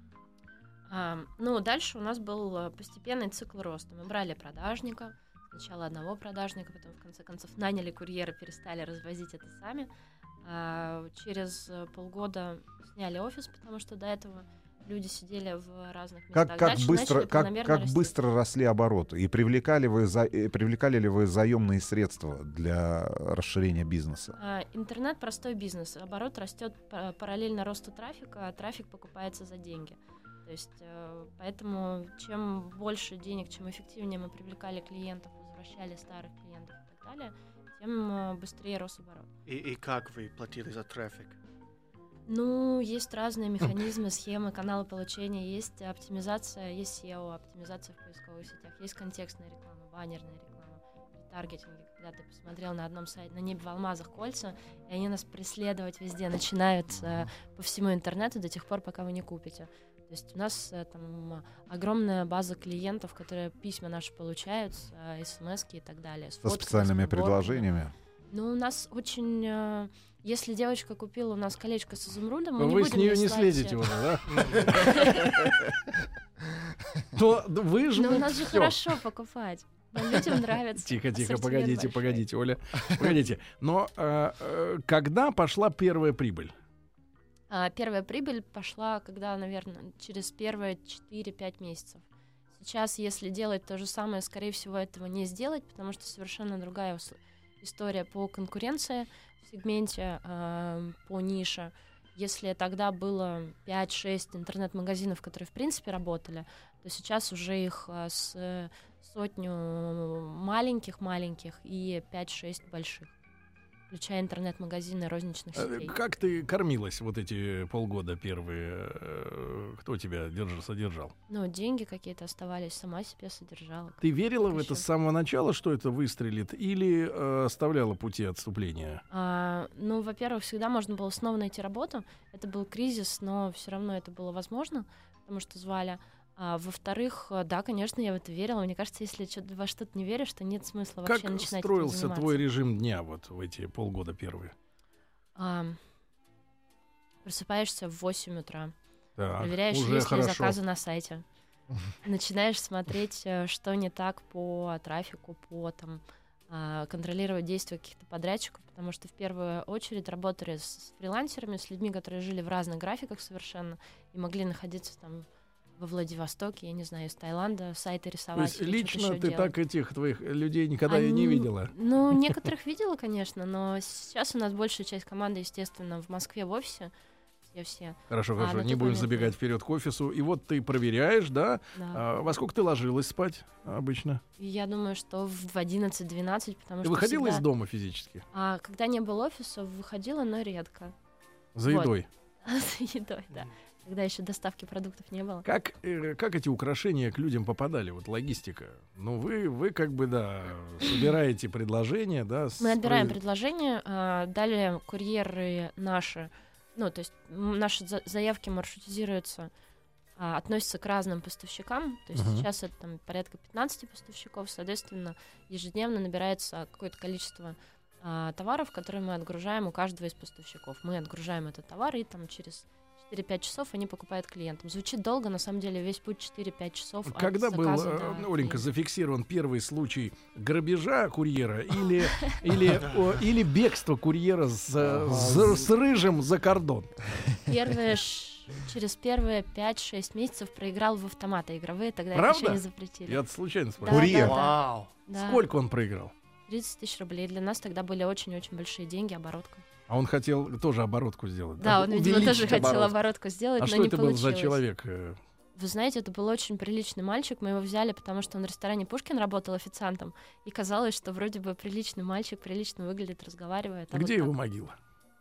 S6: А, ну, дальше у нас был э, постепенный цикл роста. Мы брали продажника, сначала одного продажника, потом, в конце концов, наняли курьера, перестали развозить это сами. А, через э, полгода сняли офис, потому что до этого люди сидели в разных местах.
S3: Как, как,
S6: Дальше
S3: быстро,
S6: начали
S3: как,
S6: планомерно
S3: как
S6: расти.
S3: быстро росли обороты? И привлекали, вы за, э, привлекали ли вы заемные средства для расширения бизнеса?
S6: А, Интернет — простой бизнес. Оборот растет па- параллельно росту трафика, а трафик покупается за деньги. То есть, э, поэтому чем больше денег, чем эффективнее мы привлекали клиентов, возвращали старых клиентов и так далее, тем э, быстрее рос оборот.
S4: И, и как вы платили за трафик?
S6: Ну, есть разные механизмы, схемы, каналы получения, есть оптимизация, есть сео, оптимизация в поисковых сетях, есть контекстная реклама, баннерная реклама, ретаргетинги, когда ты посмотрел на одном сайте, на «Небе в алмазах» кольца, и они нас преследовать везде начинают э, по всему интернету до тех пор, пока вы не купите. То есть у нас э, там огромная база клиентов, которые письма наши получают, э, смс-ки и так далее. с
S3: Со
S6: фотками, с
S3: специальными
S6: подборками.
S3: предложениями?
S6: Ну, у нас очень... э, если девочка купила у нас колечко с изумрудом, мы не
S2: Вы
S6: будем
S2: с нее
S6: ей
S2: не
S6: слать,
S2: следите
S6: э,
S2: уже, да? То вы же...
S6: Но у нас же хорошо покупать. Нам людям нравится.
S2: Тихо, тихо,
S6: ассортимент
S2: погодите,
S6: большой.
S2: погодите, Оля. Погодите. Но э, э, когда пошла первая прибыль?
S6: А, первая прибыль пошла, когда, наверное, через первые четыре-пять месяцев. Сейчас, если делать то же самое, скорее всего, этого не сделать, потому что совершенно другая ус- история по конкуренции в сегменте, э, по нише. Если тогда было пять-шесть интернет-магазинов, которые, в принципе, работали, то сейчас уже их э, с э, сотню маленьких-маленьких и пять-шесть больших, включая интернет-магазины розничных
S2: Э,
S6: сетей.
S2: Как ты кормилась вот эти полгода первые? Э, Кто тебя держал, содержал?
S6: Ну, деньги какие-то оставались, сама себе содержала.
S2: Ты верила в
S6: Как
S2: это
S6: ещё?
S2: с самого начала, что это выстрелит, или э, оставляла пути отступления?
S6: А, ну, во-первых, всегда можно было снова найти работу. Это был кризис, но все равно это было возможно, потому что звали. А, во-вторых, э, да, конечно, я в это верила. Мне кажется, если чё- во что-то не веришь, то нет смысла вообще
S2: Как
S6: начинать этим
S2: строился
S6: заниматься.
S2: твой режим дня вот в эти полгода первые?
S6: А, просыпаешься в восемь утра,
S2: Так,
S6: проверяешь,
S2: уже
S6: есть ли
S2: хорошо.
S6: заказы на сайте. Начинаешь смотреть, э, что не так по трафику, по там, а, контролировать действия каких-то подрядчиков, потому что в первую очередь работали с, с фрилансерами, с людьми, которые жили в разных графиках совершенно и могли находиться там во Владивостоке, я не знаю, из Таиланда, сайты
S2: То
S6: рисовать.
S2: есть
S6: или что-то
S2: лично
S6: ещё
S2: ты
S6: делать.
S2: так этих твоих людей никогда и не
S6: Они-
S2: видела?
S6: Ну, некоторых видела, конечно, но сейчас у нас большая часть команды, естественно, в Москве в офисе. Все-все.
S2: Хорошо,
S6: А,
S2: хорошо,
S6: на
S2: не
S6: тот
S2: будем
S6: момент
S2: забегать
S6: нет.
S2: вперед к офису. И вот ты проверяешь, да?
S6: Да.
S2: А, во сколько ты ложилась спать обычно?
S6: И я думаю, что в одиннадцать-двенадцать, потому
S2: Ты
S6: что
S2: выходила
S6: всегда-
S2: из дома физически?
S6: А когда не было офиса, выходила, но редко.
S2: За
S6: Вот.
S2: едой?
S6: С едой, да. Когда еще доставки продуктов не было.
S2: Как, э, как эти украшения к людям попадали? Вот логистика. Ну, вы, вы как бы, да, собираете предложения, да? с-
S6: Мы отбираем
S2: произ-
S6: предложения, а, далее курьеры наши, ну, то есть м, наши за- заявки маршрутизируются а, относится к разным поставщикам. То есть
S2: Мгм.
S6: сейчас это там порядка пятнадцать поставщиков. Соответственно, ежедневно набирается какое-то количество а, товаров, которые мы отгружаем у каждого из поставщиков. Мы отгружаем этот товар, и там через четыре-пять часов они покупают клиентам. Звучит долго, на самом деле весь путь четыре-пять часов. от
S2: Когда был,
S6: заказа
S2: э,
S6: до
S2: Оленька,
S6: клиента.
S2: зафиксирован первый случай грабежа курьера или, или, о, или бегства курьера с, э, с- с рыжим за кордон?
S6: Первые ш- через первые пять-шесть месяцев проиграл в автоматы игровые, тогда
S2: Правда?
S6: их еще не запретили.
S2: Я случайно
S6: Да,
S2: спросил.
S3: Курьер.
S6: да, да.
S4: Вау.
S6: Да.
S2: Сколько он проиграл?
S6: тридцать тысяч рублей. Для нас тогда были очень-очень большие деньги, оборотка.
S2: А он хотел тоже оборотку сделать.
S6: Да, он, видимо, тоже
S5: увеличить
S6: хотел
S5: оборотку.
S6: оборотку сделать,
S2: А
S6: но
S2: что
S6: не
S2: это был
S6: получилось.
S2: за человек? э?
S6: Вы знаете, это был очень приличный мальчик. Мы его взяли, потому что он в ресторане Пушкин работал официантом. И казалось, что вроде бы приличный мальчик, прилично выглядит, разговаривает. а
S2: Где
S6: вот
S2: его
S6: так.
S2: могила?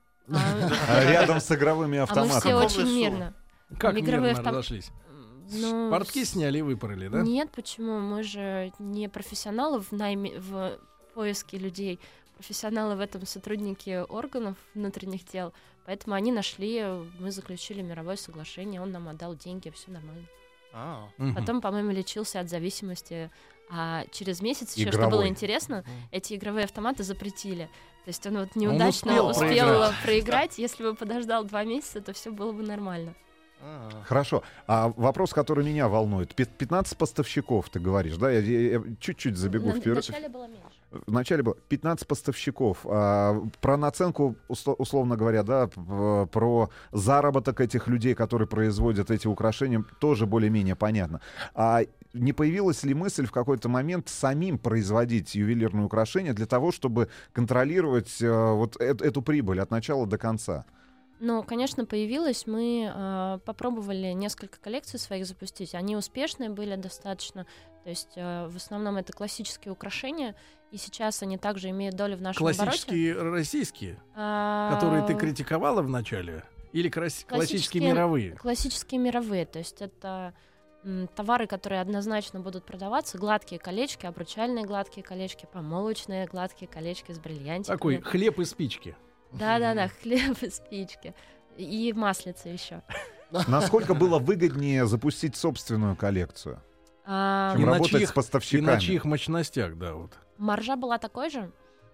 S6: А,
S3: А рядом с игровыми
S6: а мы все
S3: автоматами.
S6: очень
S4: лесу?
S6: мирно.
S2: Как
S6: Игровые
S2: мирно
S6: автом-
S2: разошлись?
S6: Ну,
S2: Портки сняли и выпороли, да?
S6: Нет, почему? Мы же не профессионалы в найме, в поиске людей. Профессионалы в этом сотрудники органов внутренних дел. Поэтому они нашли, мы заключили мировое соглашение, он нам отдал деньги, все нормально.
S4: А,
S2: Мгм.
S6: Потом, по-моему, лечился от зависимости. А через месяц еще, что
S3: Игровой.
S6: было интересно, эти игровые автоматы запретили. То есть он вот неудачно
S2: успел
S6: успел,
S2: проиграть.
S6: проиграть. Если бы подождал два месяца, то все было бы нормально.
S4: а.
S3: Хорошо. А вопрос, который меня волнует. Пи- пятнадцать поставщиков, ты говоришь, да? Я, я- я чуть-чуть забегу
S6: На-
S3: вперед.
S6: Вначале было меньше.
S3: Вначале было пятнадцать поставщиков. А, про наценку, усло- условно говоря, да, п- про заработок этих людей, которые производят эти украшения, тоже более-менее понятно. А не появилась ли мысль в какой-то момент самим производить ювелирные украшения для того, чтобы контролировать э, вот э- эту прибыль от начала до конца?
S6: Ну, конечно, появилось. Мы э, попробовали несколько коллекций своих запустить. Они успешные были достаточно. То есть э, в основном это классические украшения. И сейчас они также имеют долю в нашем обороте.
S2: Классические российские,
S6: А,
S2: которые ты критиковала в начале? Или крас- классические
S6: классические-
S2: мировые?
S6: Классические мировые. То есть это м, товары, которые однозначно будут продаваться. Гладкие колечки, обручальные гладкие колечки, помолочные гладкие колечки с бриллиантиками.
S2: Такой хлеб и спички.
S6: Да-да-да, хлеб и спички. И маслица еще.
S3: Насколько было выгоднее запустить собственную коллекцию,
S6: А,
S3: чем
S2: И на
S3: работать
S2: чьих-
S3: с
S2: И
S3: поставщиками?
S2: на чьих мощностях, да, вот.
S6: маржа была такой же,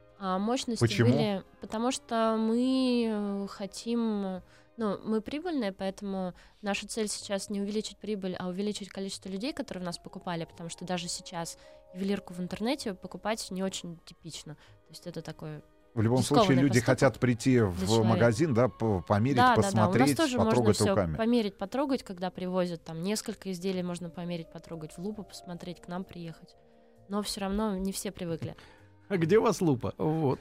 S6: а мощности
S3: Почему?
S6: были... Потому что мы э, хотим... э, Ну, мы прибыльные, поэтому наша цель сейчас не увеличить прибыль, а увеличить количество людей, которые в нас покупали, потому что даже сейчас ювелирку в интернете покупать не очень типично. То есть это такое...
S3: В любом
S6: рискованный
S3: случае люди
S6: поступок
S3: хотят прийти в
S6: для человека.
S3: магазин, да, по- померить,
S6: Да, да, да. У нас
S3: посмотреть,
S6: тоже можно
S3: потрогать
S6: все
S3: руками.
S6: померить, потрогать, когда привозят. Там несколько изделий можно померить, потрогать, в лупу посмотреть, к нам приехать. Но все равно не все привыкли.
S2: А где у вас лупа? Вот.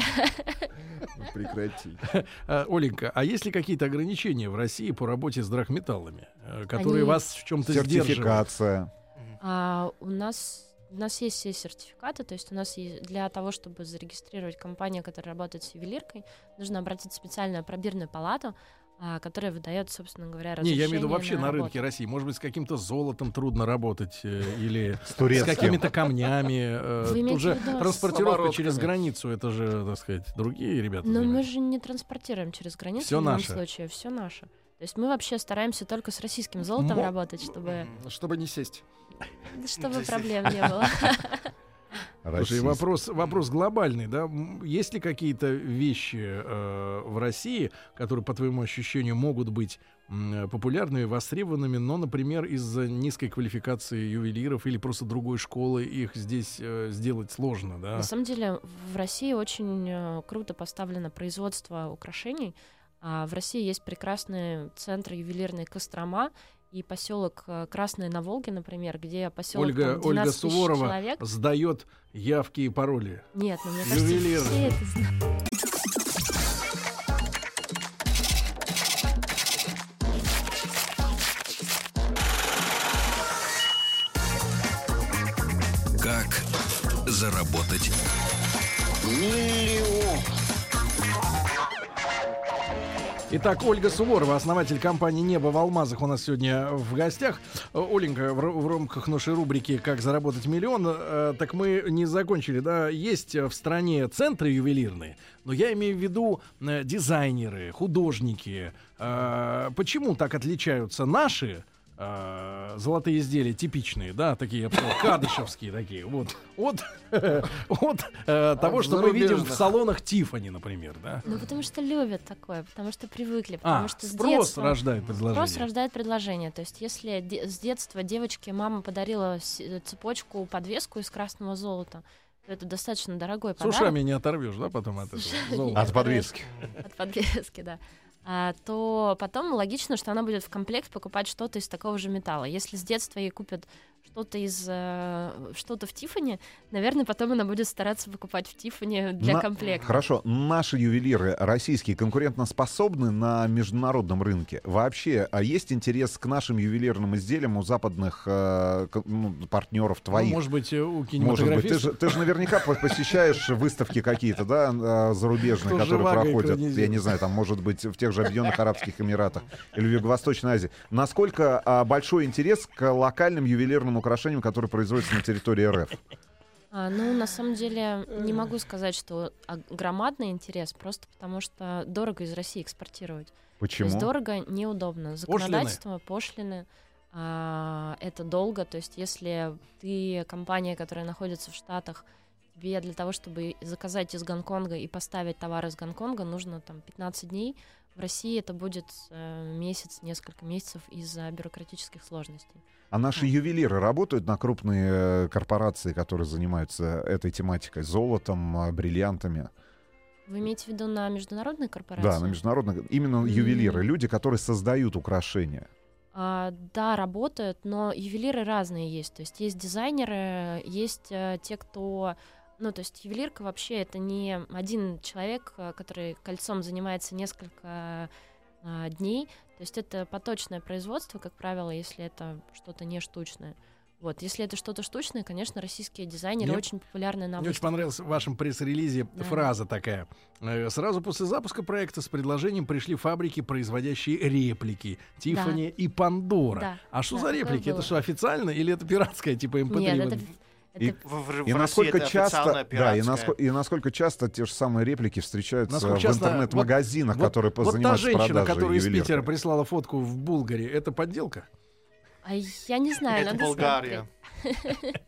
S5: Прекрати.
S2: А, Оленька, а есть ли какие-то ограничения в России по работе с драгметаллами, э, которые
S6: Они-
S2: вас в чем-то сдерживают?
S3: Сертификация.
S6: А у нас у нас есть все сертификаты, то есть у нас есть, для того, чтобы зарегистрировать компанию, которая работает с ювелиркой, нужно обратиться в специальную пробирную палату, а, которая выдает, собственно говоря,
S2: Не,
S6: разрешение
S2: я имею в виду вообще на,
S6: работу.
S2: рынке России. Может быть, с каким-то золотом трудно работать э, или
S3: С
S2: с
S3: турецким.
S2: какими-то камнями. э,
S6: Вы имеете
S2: Уже
S6: в виду с
S2: транспортировка через
S5: самородками?
S2: границу, это же, так сказать, другие ребята.
S6: Но мы
S2: занимаются.
S6: же не транспортируем через границу
S2: Всё
S6: в любом
S2: наше.
S6: случае, все наше. То есть мы вообще стараемся только с российским золотом
S2: Мо-
S6: работать, чтобы,
S5: Чтобы не сесть.
S6: чтобы проблем не было.
S2: Слушай,
S3: Российский.
S2: вопрос, вопрос глобальный, да? М, Есть ли какие-то вещи э, в России, которые, по твоему ощущению, могут быть м, популярными, востребованными, но, например, из-за низкой квалификации ювелиров или просто другой школы их здесь э, сделать сложно, да?
S6: На самом деле в России очень э, круто поставлено производство украшений. А в России есть прекрасные центры ювелирные Кострома и поселок э, Красное на Волге, например, где поселок
S2: Ольга,
S6: там,
S2: Ольга
S6: двенадцать тысяч
S2: Суворова
S6: человек.
S2: сдает явки и пароли.
S6: Нет, ну мне кажется,
S2: Ювелиры.
S6: все это знают.
S1: Как заработать
S2: Итак, Ольга Суворова, основатель компании «Небо в алмазах», у нас сегодня в гостях. Э, Оленька, в, р- в рамках нашей рубрики «Как заработать миллион», э, так мы не закончили, да, есть в стране центры ювелирные, но я имею в виду э, дизайнеры, художники. Э, почему так отличаются наши э, золотые изделия типичные, да, такие, я бы сказал, кадышевские такие, вот, от, от э, того, что мы видим в салонах Тиффани, например, да.
S6: Ну, потому что любят такое, потому что привыкли,
S2: А,
S6: потому что с
S2: спрос
S6: детства...
S2: рождает предложение.
S6: Спрос рождает предложение. То есть, если де- с детства девочке мама подарила с- цепочку, подвеску из красного золота, то это достаточно дорогой
S2: С
S6: подарок.
S2: ушами не оторвешь, да, потом от этого золота?
S3: От подвески.
S6: От подвески, да. А, то потом логично, что она будет в комплект покупать что-то из такого же металла. Если с детства ей купят что-то из э, что-то в Тиффани, наверное, потом она будет стараться покупать в Тиффани для
S3: На-
S6: комплекта.
S3: Хорошо, наши ювелиры российские конкурентоспособны на международном рынке? Вообще, а есть интерес к нашим ювелирным изделиям у западных э, ко- ну, партнеров
S2: Ну,
S3: твоих?
S2: может быть, у
S3: Может быть, ты
S2: кинематографистов.
S3: же, ты же наверняка по- посещаешь выставки какие-то, да, э, зарубежные,
S2: Кто
S3: которые
S2: «Живаго»
S3: проходят, я
S2: экранизирует.
S3: не знаю, там, может быть, в тех же Объединенных Арабских Эмиратах или в Юго-Восточной Азии. Насколько а, большой интерес к локальным ювелирным украшениям, которые производятся на территории РФ?
S6: А, ну, на самом деле, не могу сказать, что а, громадный интерес, просто потому что дорого из России экспортировать. То
S3: Почему?
S6: есть дорого, неудобно. Законодательство, пошлины, а, это долго. То есть если ты компания, которая находится в Штатах, тебе для того, чтобы заказать из Гонконга и поставить товар из Гонконга, нужно там пятнадцать дней. В России это будет э, месяц, несколько месяцев из-за бюрократических сложностей.
S3: А наши ювелиры работают на крупные э, корпорации, которые занимаются этой тематикой, золотом, а, бриллиантами?
S6: Вы имеете в виду на международные корпорации?
S3: Да, на международных. Именно ювелиры, люди, которые создают украшения.
S6: А, да, работают, но ювелиры разные есть. То есть есть дизайнеры, есть э, те, кто... Ну, то есть ювелирка вообще это не один человек, э, который кольцом занимается несколько э, дней. То есть это поточное производство, как правило, если это что-то не штучное. Вот. Если это что-то штучное, конечно, российские дизайнеры
S2: Мне-
S6: очень популярны на
S2: Мне очень
S6: выставках.
S2: понравилась в вашем пресс-релизе
S6: Да.
S2: фраза такая. Э, Сразу после запуска проекта с предложением пришли фабрики, производящие реплики Тиффани и Пандора.
S6: Да.
S2: А что
S6: Да,
S2: за
S6: такое
S2: реплики? Это
S6: было.
S2: что, официально или это пиратская, типа эм пэ три?
S6: Нет,
S2: Вот?
S6: это,
S3: И-
S6: это
S4: В, в-
S3: И
S4: в России
S3: насколько
S4: это
S3: часто,
S4: официальная
S3: да, и,
S4: пиратская.
S3: наско- и насколько часто те же самые реплики встречаются
S2: Насколько
S3: в
S2: часто-
S3: интернет-магазинах,
S2: вот-
S3: которые
S2: Вот та
S3: занимаются
S2: женщина,
S3: продажей
S2: которая из
S3: ювелирки?
S2: Питера прислала фотку в Булгаре, это подделка?
S6: А я не знаю,
S4: Это
S6: надо
S4: Болгария.
S6: смотреть.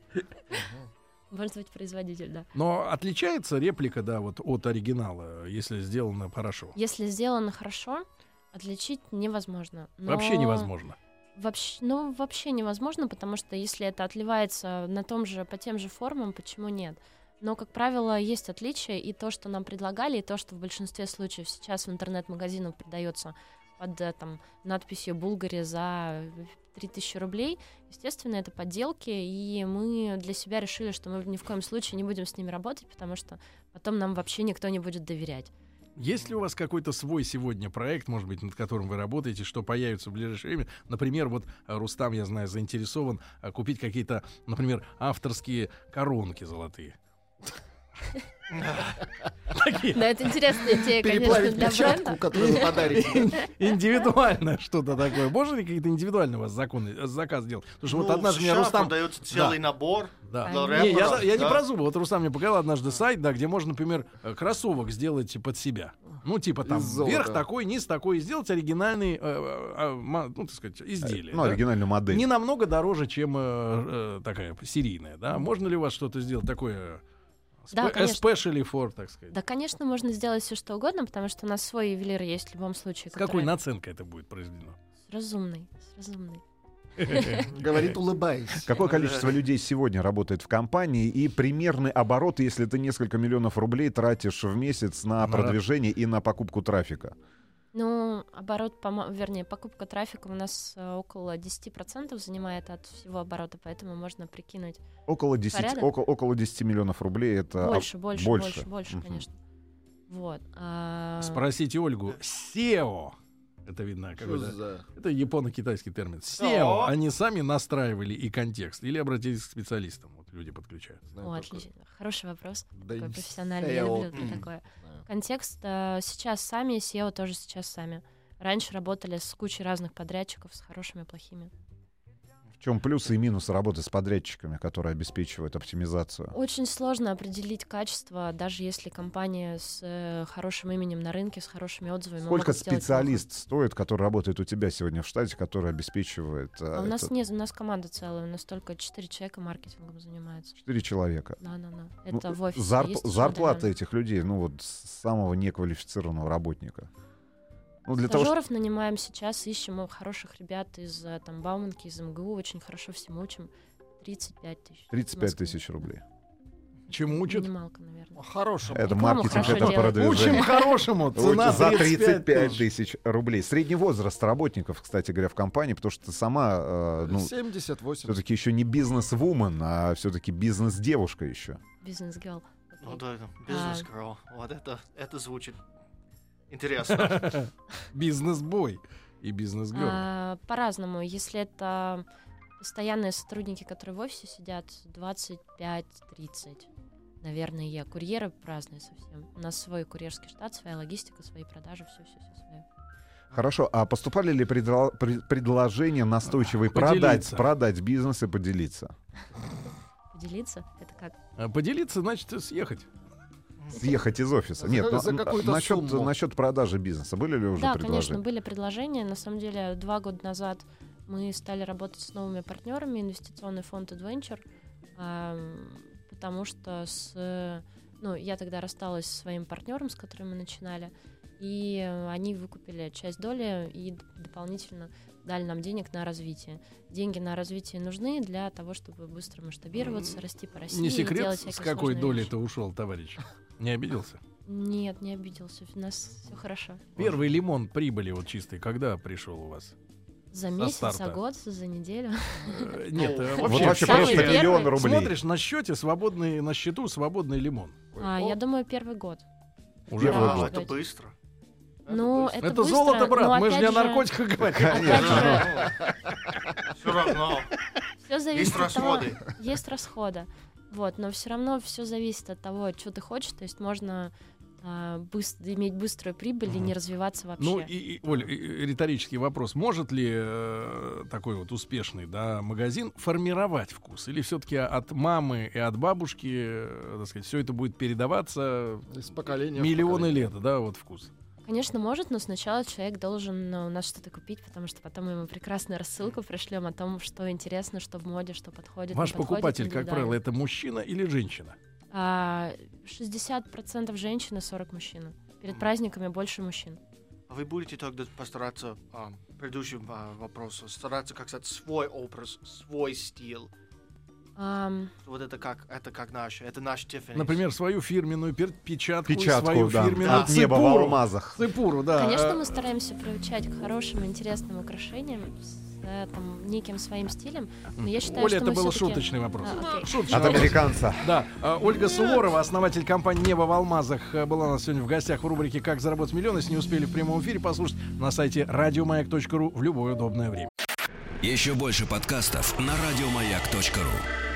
S6: Может быть, производитель, да.
S2: Но отличается реплика, да, вот от оригинала, если сделана хорошо?
S6: Если сделано хорошо, отличить невозможно. Но
S2: Вообще невозможно.
S6: Вообще, ну, вообще невозможно, потому что если это отливается на том же, по тем же формам, почему нет? Но, как правило, есть отличия, и то, что нам предлагали, и то, что в большинстве случаев сейчас в интернет-магазинах продается под э, там, надписью «Булгари» за три тысячи рублей, естественно, это подделки, и мы для себя решили, что мы ни в коем случае не будем с ними работать, потому что потом нам вообще никто не будет доверять.
S2: Есть ли у вас какой-то свой сегодня проект, может быть, над которым вы работаете, что появится в ближайшее время? Например, вот э, Рустам, я знаю, заинтересован э, купить какие-то, например, авторские коронки золотые. Такие.
S6: Но это интересная идея, конечно,
S5: Переплавить
S6: для
S5: печатку,
S6: бренда.
S5: которую вы подарите.
S2: Индивидуальное что-то такое. Можно ли какие-то индивидуальные у вас законы, э, заказ сделать? Потому что
S4: Ну,
S2: вот однажды меня
S4: сейчас
S2: Рустам...
S4: продается целый набор.
S2: Да.
S6: Конечно.
S2: Не, я,
S4: рэперов,
S2: я не
S4: да.
S2: про зубы. Вот Рустам мне показал однажды сайт, да, где можно, например, э, кроссовок сделать под себя. Ну, типа там
S5: Из золота.
S2: верх такой, низ такой, и сделать оригинальный, э, э, ма- ну, так сказать, изделие.
S3: Ну,
S2: да.
S3: оригинальную модель.
S2: Не намного дороже, чем э, э, такая серийная, да. Можно ли у вас что-то сделать такое?
S6: Да,
S2: спе-
S6: конечно.
S2: Especially for, так сказать.
S6: Да, конечно, можно сделать все что угодно, потому что у нас свой ювелир есть в любом случае.
S2: С какой
S6: который
S2: наценкой это будет произведено?
S6: с разумный, с разумный.
S5: Говорит, улыбаясь.
S3: Какое количество людей сегодня работает в компании и примерный оборот, если ты несколько миллионов рублей тратишь в месяц на
S2: На
S3: продвижение и на покупку трафика?
S6: Ну, оборот, помо- вернее, покупка трафика у нас э, около десять процентов занимает от всего оборота, поэтому можно прикинуть.
S3: Около десяти,
S6: Порядок?
S3: около, около десяти миллионов рублей это... а,
S6: Больше, больше,
S3: больше.
S6: больше, больше,
S3: Мгм.
S6: конечно. Вот. а,
S2: Спросите Ольгу. сео. Это видно,
S5: Что
S2: какой-то...
S5: за...
S2: Это японо-китайский термин. сео.
S4: О.
S2: Они сами настраивали и контекст? Или обратились к специалистам? Вот люди подключают.
S5: знаю
S6: О,
S5: только-
S6: отлично. Хороший вопрос.
S5: Да
S6: Такой
S5: и
S6: профессиональный. Я
S5: сео.
S6: люблю
S5: М.
S6: такое.
S5: Знаю.
S6: Контекст э, сейчас сами, сео тоже сейчас сами. Раньше работали с кучей разных подрядчиков, с хорошими и плохими.
S3: В чем плюсы и минусы работы с подрядчиками, которые обеспечивают оптимизацию?
S6: Очень сложно определить качество, даже если компания с э, хорошим именем на рынке, с хорошими отзывами.
S3: Сколько
S6: могут сделать
S3: специалист
S6: плохо.
S3: стоит, который работает у тебя сегодня в штате, который обеспечивает... э,
S6: А у нас
S3: это?
S6: нет, у нас команда целая, у нас только четыре человека маркетингом занимаются.
S3: Четыре человека.
S6: Да, да, да.
S3: Ну,
S6: Это в офисе.
S3: зарп-
S6: есть еще
S3: зарплата
S6: удаленно.
S3: этих людей, ну вот с- самого неквалифицированного работника. Ну, для того,
S6: Стажеров нанимаем сейчас, ищем хороших ребят из э, там Бауманки, из МГУ, очень хорошо всему учим. тридцать пять тысяч.
S3: тридцать пять тысяч рублей.
S2: Чему учат?
S6: Минималка, наверное.
S5: Хорошим.
S3: Это
S6: Рекламу
S3: маркетинг,
S6: хорошо
S3: это
S6: делать.
S3: продвижение.
S2: Учим хорошему. Цена
S3: Вот за
S2: тридцать
S3: тридцать пять
S2: тысяч.
S3: тысяч рублей. Средний возраст работников, кстати говоря, в компании, потому что ты сама, э, ну,
S5: семьдесят восемь.
S3: все-таки еще не бизнес-вумен, а все-таки бизнес-девушка еще.
S6: Бизнес-гелл.
S4: Ну да, да, бизнес-girl. Вот это, это звучит интересно.
S2: Бизнес-бой и бизнес-герл.
S6: А, по-разному. Если это постоянные сотрудники, которые в офисе сидят, двадцать пять тридцать. Наверное, курьеры разные совсем. У нас свой курьерский штат, своя логистика, свои продажи, все-все-все свое.
S3: Хорошо, а поступали ли предло- пред- предложения настойчивые продать,
S2: Поделиться.
S3: продать бизнес и поделиться?
S6: Поделиться? Это как?
S2: А Поделиться, значит, съехать.
S3: Съехать из офиса.
S5: За-
S3: Нет, ну,
S5: за какую-то
S3: насчет,
S5: сумму.
S3: насчет продажи бизнеса. Были ли уже
S6: Да, конечно,
S3: предложения?
S6: были предложения. На самом деле, два года назад мы стали работать с новыми партнерами, инвестиционный фонд Adventure, ам, потому что с, э, ну, я тогда рассталась со своим партнером, с которым мы начинали, и э, они выкупили часть доли и д- дополнительно дали нам денег на развитие. Деньги на развитие нужны для того, чтобы быстро масштабироваться, расти по России.
S2: Не
S6: и
S2: секрет,
S6: делать
S2: с
S6: всякие
S2: какой
S6: сложные
S2: долей
S6: вещи.
S2: ты ушел, товарищ? Не обиделся?
S6: Нет, не обиделся. У нас все хорошо.
S2: Первый лимон прибыли вот чистый, когда пришел у вас?
S6: За месяц, за
S2: старта.
S6: год, за неделю.
S2: Э, Нет, э,
S3: Вот
S2: вообще,
S3: вообще
S6: самый
S3: просто
S6: первый.
S3: миллион рублей.
S2: смотришь на счете свободный, на счету свободный лимон.
S6: А, я думаю, первый год.
S2: Уже
S3: Первый
S4: А,
S3: год.
S4: это быстро. Это
S6: Ну,
S4: быстро.
S6: это,
S2: Это
S6: быстро,
S2: золото, брат,
S6: но
S2: мы же не о
S6: опять
S2: наркотиках говорим.
S6: Опять же,
S4: Все равно.
S6: все зависит
S4: Есть
S6: от того,
S4: расходы.
S6: есть расходы. Вот, но все равно все зависит от того, что ты хочешь. То есть можно а, быс- иметь быструю прибыль и не развиваться вообще.
S2: Ну, и, и, Оль, и- и риторический вопрос. Может ли э, такой вот успешный, да, магазин формировать вкус? Или все-таки от мамы и от бабушки, э, так сказать, все это будет передаваться
S5: Из поколения в
S2: миллионы
S5: поколение.
S2: лет, да, вот вкус?
S6: Конечно, может, но сначала человек должен ну, у нас что-то купить, потому что потом мы ему прекрасную рассылку пришлем о том, что интересно, что в моде, что подходит.
S2: Ваш
S6: не подходит,
S2: покупатель, как
S6: индивидуально.
S2: правило, это мужчина или женщина?
S6: А, шестьдесят процентов женщин и сорок мужчин. Перед праздниками больше мужчин.
S4: А вы будете тогда постараться, а, предыдущим а, вопросом, стараться как сказать свой образ, свой стиль.
S6: Ам,
S4: Вот это как, это как наше, это наш Tiffany.
S2: Например, свою фирменную пер- печатку,
S3: Печатку,
S2: свою
S3: да,
S2: фирменную
S3: от неба в
S2: цепуру.
S3: алмазах.
S2: Цепуру, да.
S6: Конечно,
S2: А,
S6: мы стараемся приучать к хорошим, интересным украшениям с э, там, неким своим стилем, но я считаю,
S2: Оля,
S6: что
S2: это
S6: мы
S2: был
S6: всё-таки-
S2: шуточный вопрос.
S6: А, окей.
S2: Шуточный
S3: От
S2: вопрос.
S3: американца.
S2: Да, а, Ольга Суворова, основатель компании «Небо в алмазах», э, была у нас сегодня в гостях в рубрике «Как заработать миллион». Если не успели в прямом эфире послушать, на сайте радиомаяк точка ру в любое удобное время.
S1: Еще больше подкастов на радиомаяк точка ру.